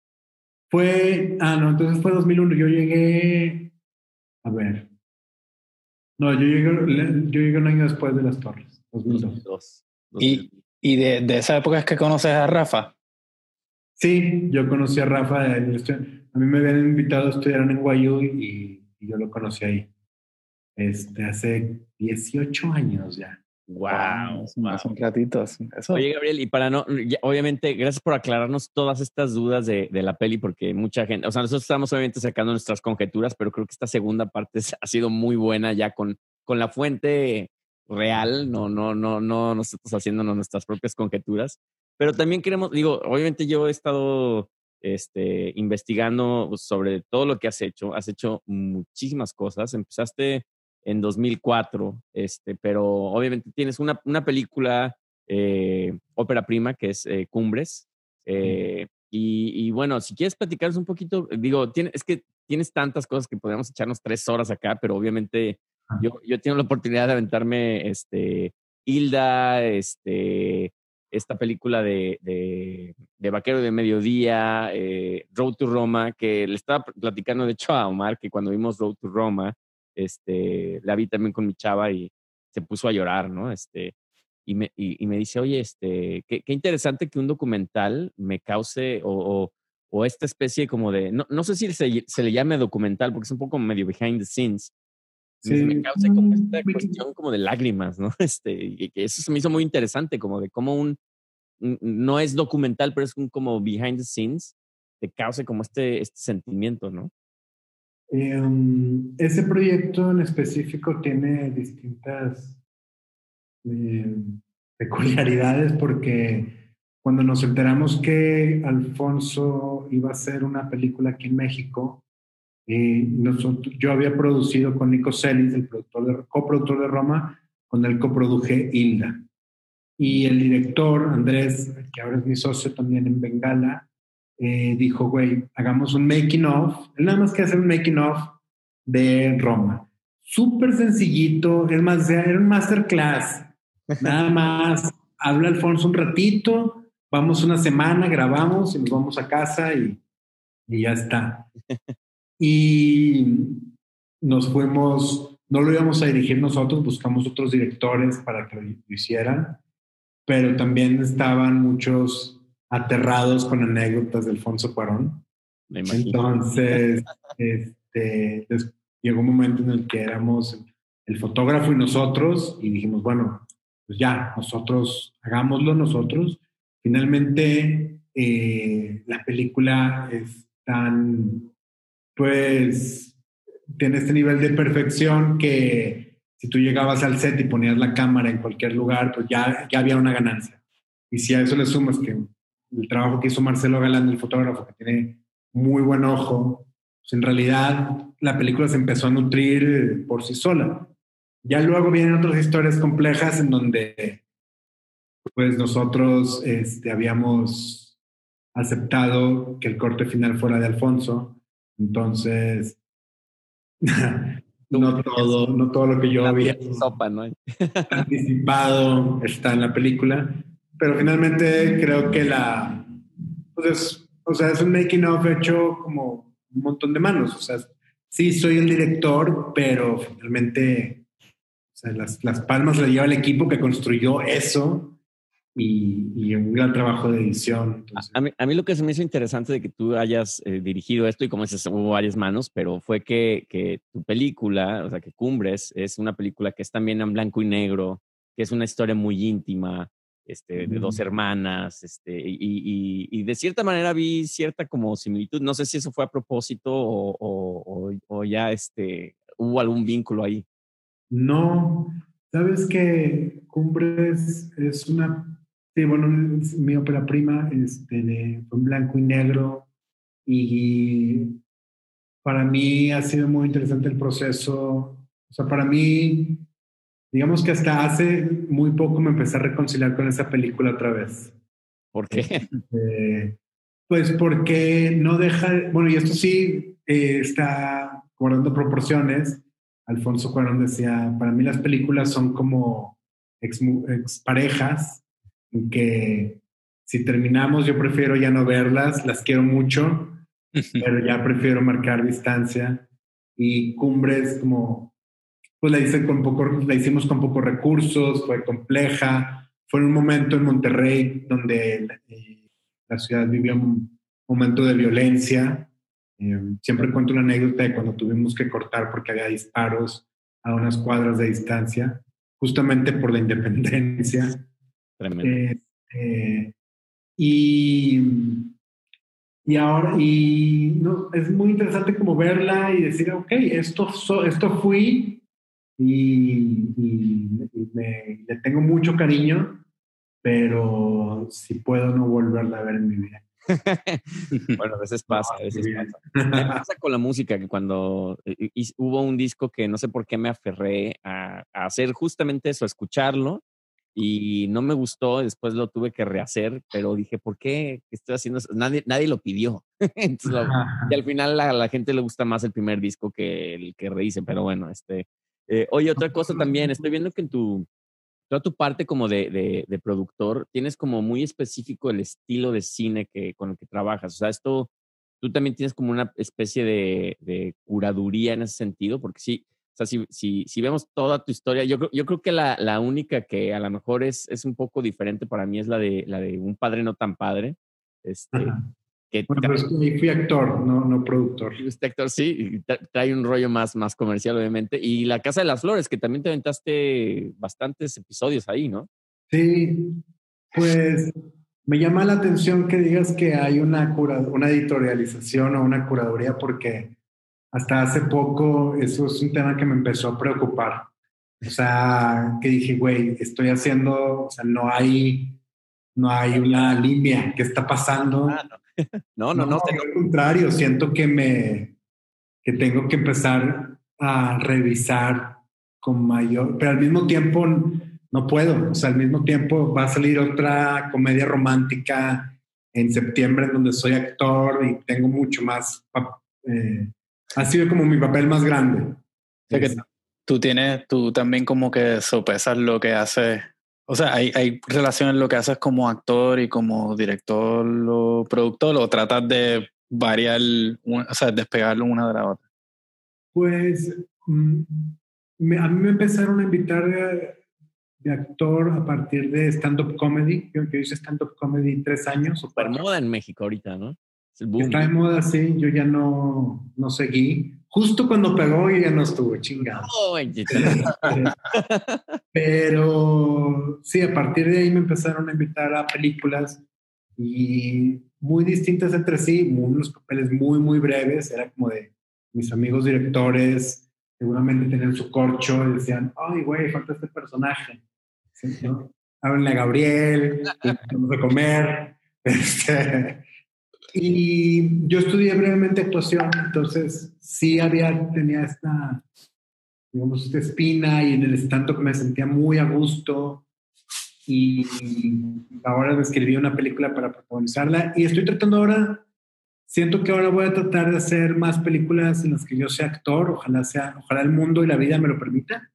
Fue... Ah, no, entonces fue dos mil uno. Yo llegué... A ver. No, yo llegué, yo llegué un año después de las torres, dos mil dos. dos mil dos. ¿Y, y de, de esa época es que conoces a Rafa? Sí, yo conocí a Rafa. A mí me habían invitado a estudiar en N Y U y, y yo lo conocí ahí. Este, hace dieciocho años ya. Wow, wow. Hace un ratito. Eso. Oye, Gabriel, y para no, ya, obviamente, gracias por aclararnos todas estas dudas de, de la peli, porque mucha gente, o sea, nosotros estamos obviamente sacando nuestras conjeturas, pero creo que esta segunda parte ha sido muy buena ya con, con la fuente real, no, no, no, no nosotros haciéndonos nuestras propias conjeturas. Pero también queremos, digo, obviamente yo he estado este, investigando sobre todo lo que has hecho. Has hecho muchísimas cosas. Empezaste en dos mil cuatro, este, pero obviamente tienes una, una película, eh, ópera prima, que es eh, Cumbres. Eh, y, y bueno, si quieres platicarnos un poquito, digo, tiene, es que tienes tantas cosas que podríamos echarnos tres horas acá, pero obviamente yo, yo tengo la oportunidad de aventarme este, Hilda, este... esta película de, de, de Vaquero de Mediodía, eh, Road to Roma, que le estaba platicando de hecho a Omar que cuando vimos Road to Roma, este, la vi también con mi chava y se puso a llorar, ¿no? Este, y, me, y, y me dice, oye, este, qué, qué interesante que un documental me cause o, o, o esta especie como de, no, no sé si se, se le llame documental porque es un poco medio behind the scenes. Sí. Me, me causa como esta cuestión como de lágrimas, ¿no? Este, y que eso se me hizo muy interesante, como de cómo un, un no es documental, pero es un como behind the scenes, te cause como este, este sentimiento, ¿no? Eh, um, ese proyecto en específico tiene distintas eh, peculiaridades porque cuando nos enteramos que Alfonso iba a hacer una película aquí en México, eh, nosotros, yo había producido con Nico Celis, el productor de, coproductor de Roma, con él coproduje Hilda. Y el director, Andrés, que ahora es mi socio también en Bengala, eh, dijo, güey, hagamos un making of. Él nada más que hacer un making of de Roma. Súper sencillito, es más, era un masterclass. Nada más, habla Alfonso un ratito, vamos una semana, grabamos y nos vamos a casa y, y ya está. Y nos fuimos, no lo íbamos a dirigir nosotros, buscamos otros directores para que lo hicieran, pero también estaban muchos aterrados con anécdotas de Alfonso Cuarón. Me imagino. Entonces, este, llegó un momento en el que éramos el fotógrafo y nosotros, y dijimos, bueno, pues ya, nosotros, hagámoslo nosotros. Finalmente, eh, la película es tan, pues, tiene este nivel de perfección que si tú llegabas al set y ponías la cámara en cualquier lugar, pues ya, ya había una ganancia. Y si a eso le sumas que el trabajo que hizo Marcelo Galán, el fotógrafo, que tiene muy buen ojo, pues en realidad la película se empezó a nutrir por sí sola. Ya luego vienen otras historias complejas en donde pues nosotros este, habíamos aceptado que el corte final fuera de Alfonso. Entonces, no todo, no todo lo que yo había sopa, ¿no? anticipado está en la película, pero finalmente creo que la, pues es, o sea, es un making of hecho como un montón de manos. O sea, sí soy el director, pero finalmente, o sea, las, las palmas le lleva el equipo que construyó eso. Y, y un gran trabajo de edición. Entonces. A, mí, a mí lo que se me hizo interesante de que tú hayas eh, dirigido esto, y como dices, hubo varias manos, pero fue que, que tu película, o sea, que Cumbres, es una película que es también en blanco y negro, que es una historia muy íntima, este, de mm. dos hermanas, este, y, y, y de cierta manera vi cierta como similitud. No sé si eso fue a propósito o, o, o, o ya este, hubo algún vínculo ahí. No, sabes que Cumbres es una... Sí, bueno, es mi ópera prima, este, de, fue en blanco y negro, y para mí ha sido muy interesante el proceso. O sea, para mí, digamos que hasta hace muy poco me empecé a reconciliar con esa película otra vez. ¿Por qué? Este, pues porque no deja, bueno, y esto sí eh, está guardando proporciones. Alfonso Cuarón decía, para mí las películas son como ex, ex parejas, que si terminamos yo prefiero ya no verlas, las quiero mucho, pero ya prefiero marcar distancia. Y Cumbres como, pues la, hice con poco, la hicimos con pocos recursos, fue compleja, fue en un momento en Monterrey donde eh, la ciudad vivió un momento de violencia. Eh, siempre cuento una anécdota de cuando tuvimos que cortar porque había disparos a unas cuadras de distancia, justamente por la independencia. Eh, eh, y, y ahora y no, es muy interesante como verla y decir, ok, esto, so, esto fui y, y, y me, le tengo mucho cariño, pero si puedo no volverla a ver en mi vida. Bueno, a veces pasa, a veces pasa. Me pasa con la música, que cuando y, y hubo un disco que no sé por qué me aferré a, a hacer justamente eso, a escucharlo, y no me gustó, después lo tuve que rehacer, pero dije, ¿por qué estoy haciendo eso? Nadie, nadie lo pidió. Entonces, lo, y al final a la gente le gusta más el primer disco que el que rehice, pero bueno, este... Eh, oye, otra cosa también, estoy viendo que en tu, toda tu parte como de, de, de productor, tienes como muy específico el estilo de cine que, con el que trabajas. O sea, esto, tú también tienes como una especie de, de curaduría en ese sentido, porque sí, o sea, si, si, si vemos toda tu historia, yo, creo- yo creo que la, la única que a lo mejor es, es un poco diferente para mí es la de, la de Un padre no tan padre. Este, Ajá. que Bueno, pero es que ahí fui actor, no, no productor. este actor sí, y tra- trae un rollo más, más comercial, obviamente. Y La Casa de las Flores, que también te aventaste bastantes episodios ahí, ¿no? Sí, pues me llama la atención que digas que hay una, cura, una editorialización o una curaduría, porque hasta hace poco eso es un tema que me empezó a preocupar. O sea, que dije, güey, estoy haciendo, o sea, no hay, no hay una línea. ¿Qué está pasando? Ah, no, no, no. No, no, te- al contrario, siento que me, que tengo que empezar a revisar con mayor, pero al mismo tiempo no puedo. O sea, al mismo tiempo va a salir otra comedia romántica en septiembre en donde soy actor y tengo mucho más, pa- eh, ha sido como mi papel más grande. O sea, que tú tienes, tú también como que sopesas lo que haces. O sea, hay, hay relación en lo que haces como actor y como director o productor, o tratas de variar, un- o sea, despegarlo una de la otra. Pues mm, me- a mí me empezaron a invitar de, de actor a partir de stand-up comedy. Yo, yo hice stand-up comedy tres años o Super cuatro. moda en México ahorita, ¿no? Es el boom. Está de moda, sí. Yo ya no, no seguí. Justo cuando pegó y ya no estuvo, chingado. Oh, güey, Pero sí, a partir de ahí me empezaron a invitar a películas y muy distintas entre sí, unos papeles muy, muy breves. Era como de mis amigos directores, seguramente tenían su corcho y decían, ay, güey, falta este personaje. ¿Sí, no? Háblenle a Gabriel, vamos a comer. Este, y yo estudié brevemente actuación, entonces sí había, tenía esta, digamos, esta espina, y en el stand-up me sentía muy a gusto, y ahora me escribí una película para protagonizarla y estoy tratando ahora, siento que ahora voy a tratar de hacer más películas en las que yo sea actor, ojalá sea, ojalá el mundo y la vida me lo permita.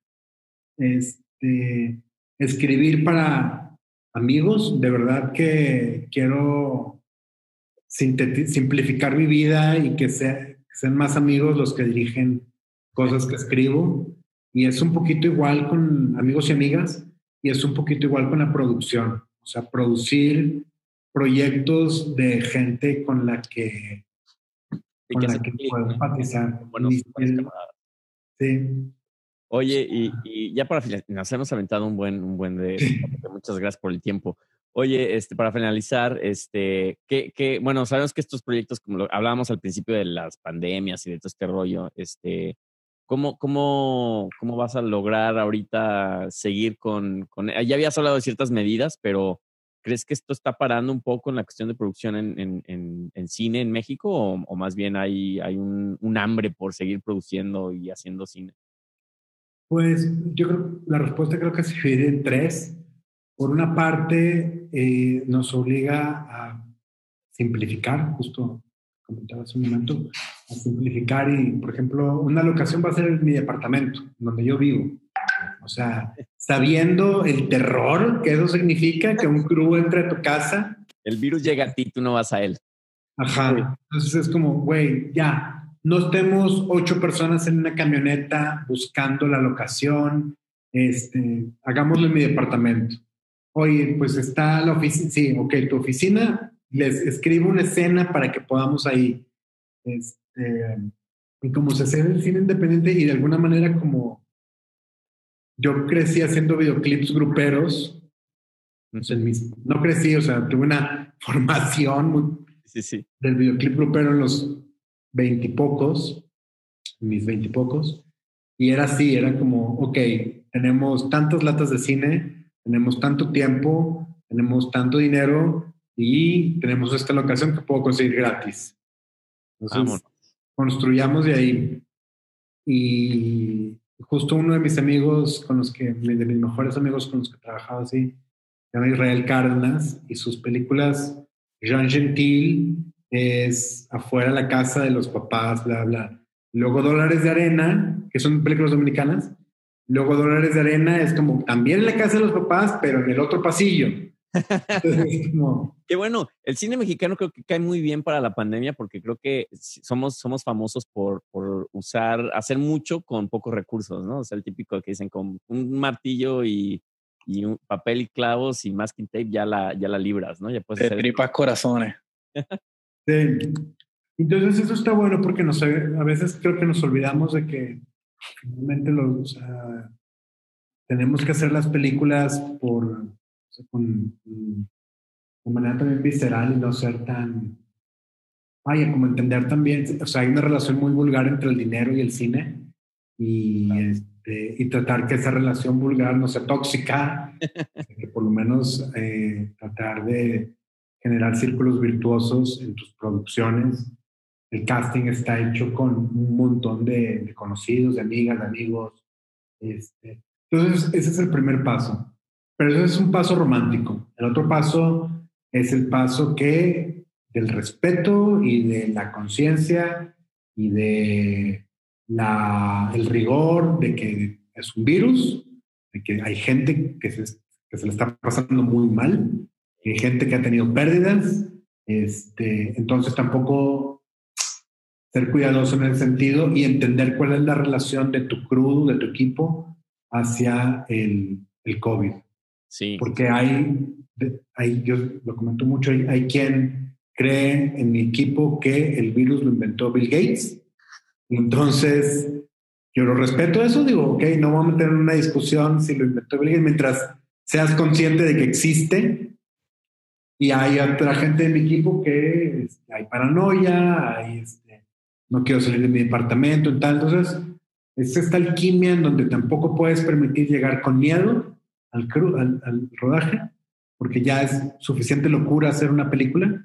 Este, escribir para amigos, de verdad que quiero sinteti- simplificar mi vida y que, sea, que sean más amigos los que dirigen cosas que escribo. Y es un poquito igual con amigos y amigas, y es un poquito igual con la producción. O sea, producir proyectos de gente con la que, Y con que la se- que puedo empatizar. buenos- Y- buenos camaradas. sí. Oye, y, y ya para finalizar, nos hemos aventado un buen, un buen de, de- muchas gracias por el tiempo. Oye, este, para finalizar, este, que, que, bueno, sabemos que estos proyectos, como lo hablábamos al principio de las pandemias y de todo este rollo, este, ¿cómo, cómo, cómo vas a lograr ahorita seguir con, con, ya habías hablado de ciertas medidas, pero ¿crees que esto está parando un poco en la cuestión de producción en, en, en, en cine en México, o, o más bien hay, hay un, un hambre por seguir produciendo y haciendo cine? Pues yo creo, la respuesta creo que se divide en tres. Por una parte, eh, nos obliga a simplificar, justo comentaba hace un momento, a simplificar, y, por ejemplo, una locación va a ser en mi departamento, donde yo vivo. O sea, sabiendo el terror que eso significa, que un crew entre a tu casa. El virus llega a ti, tú no vas a él. Ajá. Entonces es como, güey, ya, no estemos ocho personas en una camioneta buscando la locación, este, hagámoslo en mi departamento. Oye, pues está la oficina, sí, ok, tu oficina, les escribo una escena para que podamos ahí. Este, y como se hace el cine independiente, y de alguna manera como yo crecí haciendo videoclips gruperos, pues el mismo. No crecí, o sea, tuve una formación muy, sí, sí. del videoclip grupero en los veintipocos, mis veintipocos, y era así, era como, ok, tenemos tantas latas de cine, tenemos tanto tiempo, tenemos tanto dinero y tenemos esta locación que puedo conseguir gratis. Entonces, Vamos. construyamos de ahí. Y justo uno de mis amigos, con los que, de mis mejores amigos con los que trabajaba así, se llama Israel Cárdenas, y sus películas, Jean Gentil es Afuera la casa de los papás, bla, bla. Luego Dólares de arena, que son películas dominicanas, Luego Dólares de Arena es como también en la casa de los papás, pero en el otro pasillo. Entonces, como... Qué bueno, el cine mexicano creo que cae muy bien para la pandemia porque creo que somos, somos famosos por, por usar, hacer mucho con pocos recursos, ¿no? O sea, el típico que dicen con un martillo y, y un papel y clavos y masking tape ya la, ya la libras, ¿no? Ya puedes de hacer... tripas corazones. Sí. Entonces eso está bueno porque nos, a veces creo que nos olvidamos de que finalmente los, o sea, tenemos que hacer las películas por, o sea, con, de manera también visceral y no ser tan... Vaya, como entender también, o sea, hay una relación muy vulgar entre el dinero y el cine y, este, y tratar que esa relación vulgar no sea tóxica, que por lo menos eh, tratar de generar círculos virtuosos en tus producciones. El casting está hecho con un montón de, de conocidos, de amigas, de amigos. Este. Entonces, ese es el primer paso. Pero ese es un paso romántico. El otro paso es el paso que del respeto y de la conciencia y de la, el rigor de que es un virus, de que hay gente que se, que se le está pasando muy mal, hay gente que ha tenido pérdidas. Este, entonces, tampoco ser cuidadoso en ese sentido y entender cuál es la relación de tu crew, de tu equipo, hacia el, el COVID. Sí. Porque hay, hay, yo lo comento mucho, hay, hay quien cree en mi equipo que el virus lo inventó Bill Gates. Entonces, yo lo respeto eso, digo, ok, no vamos a meter en una discusión si lo inventó Bill Gates, mientras seas consciente de que existe. Y hay otra gente de mi equipo que este, hay paranoia, hay, este, no quiero salir de mi departamento y tal. Entonces, es esta alquimia en donde tampoco puedes permitir llegar con miedo al, cru, al, al rodaje, porque ya es suficiente locura hacer una película,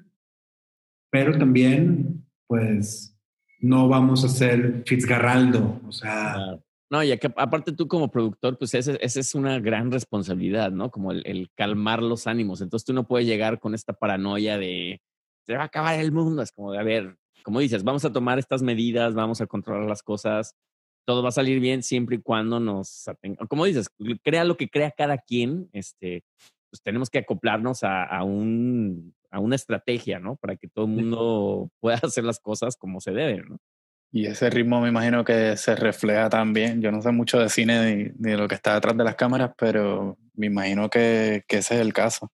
pero también, pues, no vamos a ser Fitzcarraldo, o sea... Claro. No, y acá, aparte tú como productor, pues esa es una gran responsabilidad, ¿no? Como el, el calmar los ánimos. Entonces tú no puedes llegar con esta paranoia de se va a acabar el mundo. Es como de, a ver, como dices, vamos a tomar estas medidas, vamos a controlar las cosas. Todo va a salir bien siempre y cuando nos atenga. Como dices, crea lo que crea cada quien. Este, pues tenemos que acoplarnos a, a, un, a una estrategia, ¿no? Para que todo el mundo pueda hacer las cosas como se deben, ¿no? Y ese ritmo me imagino que se refleja también. Yo no sé mucho de cine ni, ni de lo que está detrás de las cámaras, pero me imagino que, que ese es el caso.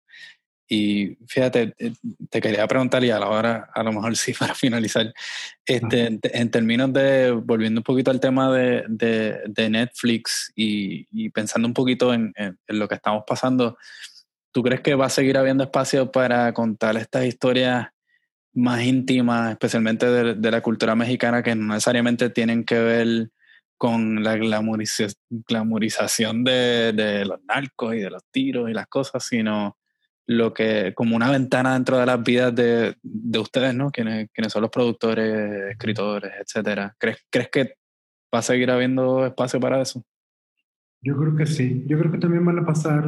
Y fíjate, te quería preguntar, y a la hora, a lo mejor sí, para finalizar, este, en, en términos de, volviendo un poquito al tema de, de, de Netflix y, y pensando un poquito en, en, en lo que estamos pasando, ¿tú crees que va a seguir habiendo espacio para contar estas historias más íntimas, especialmente de, de la cultura mexicana, que no necesariamente tienen que ver con la glamoriza, glamorización de, de los narcos y de los tiros y las cosas, sino lo que como una ventana dentro de las vidas de, de ustedes, ¿no? Quienes, quienes son los productores, escritores, etcétera. ¿Crees, ¿Crees que va a seguir habiendo espacio para eso? Yo creo que sí. Yo creo que también van a pasar.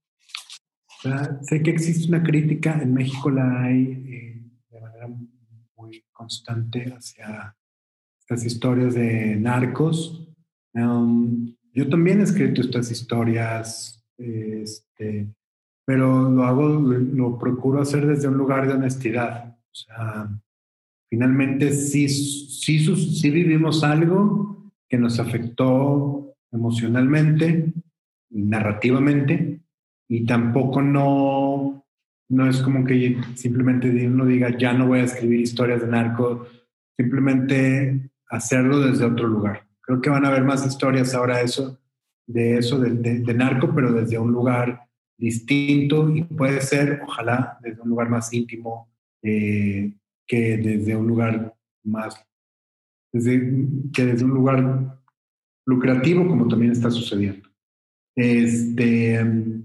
O sea, sé que existe una crítica, en México la hay eh, de manera muy constante hacia estas historias de narcos. Um, yo también he escrito estas historias, este, pero lo hago, lo, lo procuro hacer desde un lugar de honestidad. O sea, finalmente sí, sí, sí vivimos algo que nos afectó emocionalmente y narrativamente, y tampoco no, no es como que simplemente uno diga ya no voy a escribir historias de narco, simplemente hacerlo desde otro lugar. Creo que van a haber más historias ahora eso, de eso, de, de, de narco, pero desde un lugar distinto, y puede ser, ojalá, desde un lugar más íntimo eh, que desde un lugar más, desde, que desde un lugar lucrativo, como también está sucediendo. Este,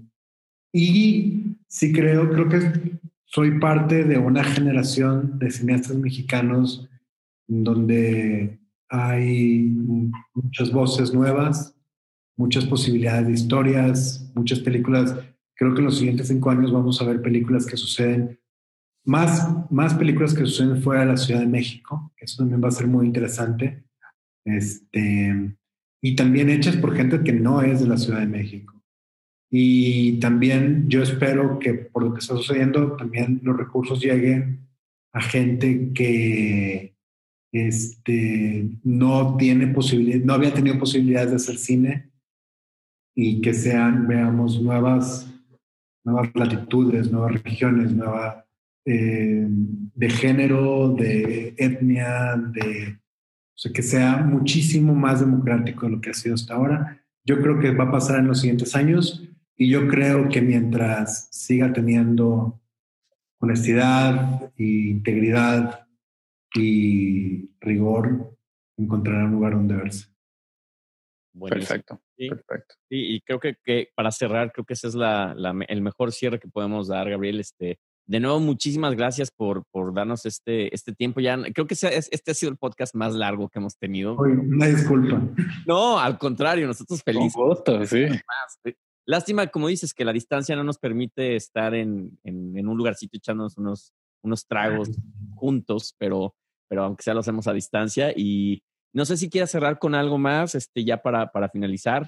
y sí creo, creo que soy parte de una generación de cineastas mexicanos donde hay muchas voces nuevas, muchas posibilidades de historias, muchas películas. Creo que en los siguientes cinco años vamos a ver películas que suceden, más, más películas que suceden fuera de la Ciudad de México. Eso también va a ser muy interesante. Este, y también hechas por gente que no es de la Ciudad de México. Y también yo espero que por lo que está sucediendo, también los recursos lleguen a gente que este, no tiene posibilidad, no había tenido posibilidades de hacer cine y que sean, veamos, nuevas, nuevas latitudes, nuevas regiones, nueva, eh, de género, de etnia, de, o sea, que sea muchísimo más democrático de lo que ha sido hasta ahora. Yo creo que va a pasar en los siguientes años y yo creo que mientras siga teniendo honestidad e integridad y rigor, encontrará un lugar donde verse. Buenísimo. Perfecto, Sí, perfecto. sí, y creo que, que para cerrar, creo que ese es la, la, el mejor cierre que podemos dar, Gabriel. Este, de nuevo, muchísimas gracias por, por darnos este, este tiempo. Ya creo que este ha sido el podcast más largo que hemos tenido. Oye, una disculpa. No, al contrario, nosotros felices. Con gusto, sí. Lástima, como dices, que la distancia no nos permite estar en, en, en un lugarcito echándonos unos, unos tragos juntos, pero, pero aunque sea lo hacemos a distancia. Y no sé si quieras cerrar con algo más, este, ya para, para finalizar.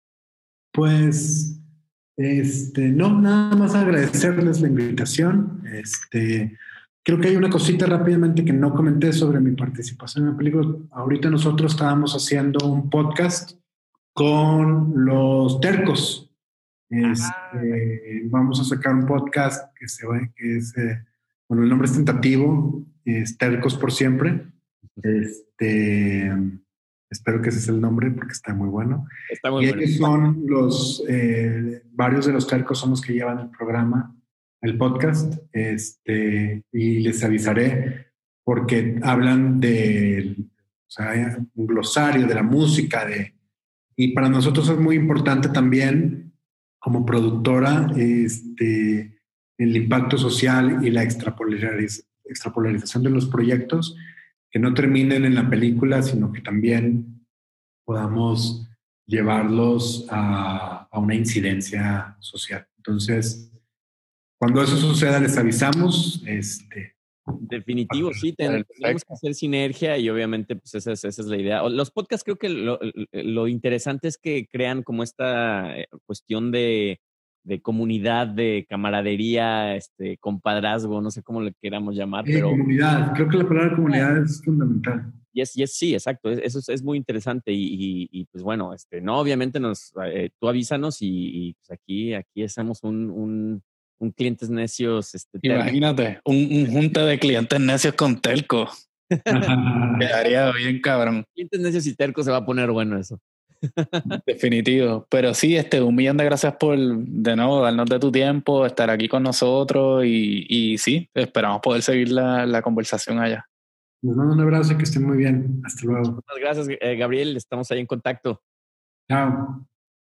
Pues, este, no, nada más agradecerles la invitación. Este, creo que hay una cosita rápidamente que no comenté sobre mi participación en la película. Ahorita nosotros estábamos haciendo un podcast con los Tercos. Este, vamos a sacar un podcast que se va, que es, eh, bueno, el nombre es tentativo, es Tercos por Siempre. Este, espero que ese es el nombre porque está muy bueno. Está muy y bueno. ellos son los, eh, varios de los Tercos son los que llevan el programa, el podcast, este, y les avisaré porque hablan del, o sea, un glosario de la música, de, y para nosotros es muy importante también como productora, este, el impacto social y la extrapolariz- extrapolarización de los proyectos, que no terminen en la película, sino que también podamos llevarlos a, a una incidencia social. Entonces, cuando eso suceda, les avisamos. Este, Definitivo, sí, ten, tenemos que hacer sinergia y obviamente pues esa es, esa es la idea. Los podcasts creo que lo, lo interesante es que crean como esta cuestión de, de comunidad, de camaradería, este, compadrazgo, no sé cómo le queramos llamar, eh, pero... comunidad, creo que la palabra comunidad es fundamental. Y es, y es, sí, exacto, eso es, es muy interesante y, y, y pues bueno, este, no, obviamente nos, eh, tú avísanos y, y pues aquí, aquí hacemos un, un, un clientes necios. Este, Imagínate, un, un junta de clientes necios con telco. Quedaría bien, cabrón. Clientes necios y tercos se va a poner bueno eso. Definitivo. Pero sí, este, un millón de gracias por, de nuevo, darnos de tu tiempo, estar aquí con nosotros y, y sí, esperamos poder seguir la, la conversación allá. Les mando un abrazo y que estén muy bien. Hasta luego. Muchas gracias, eh, Gabriel. Estamos ahí en contacto. Chao.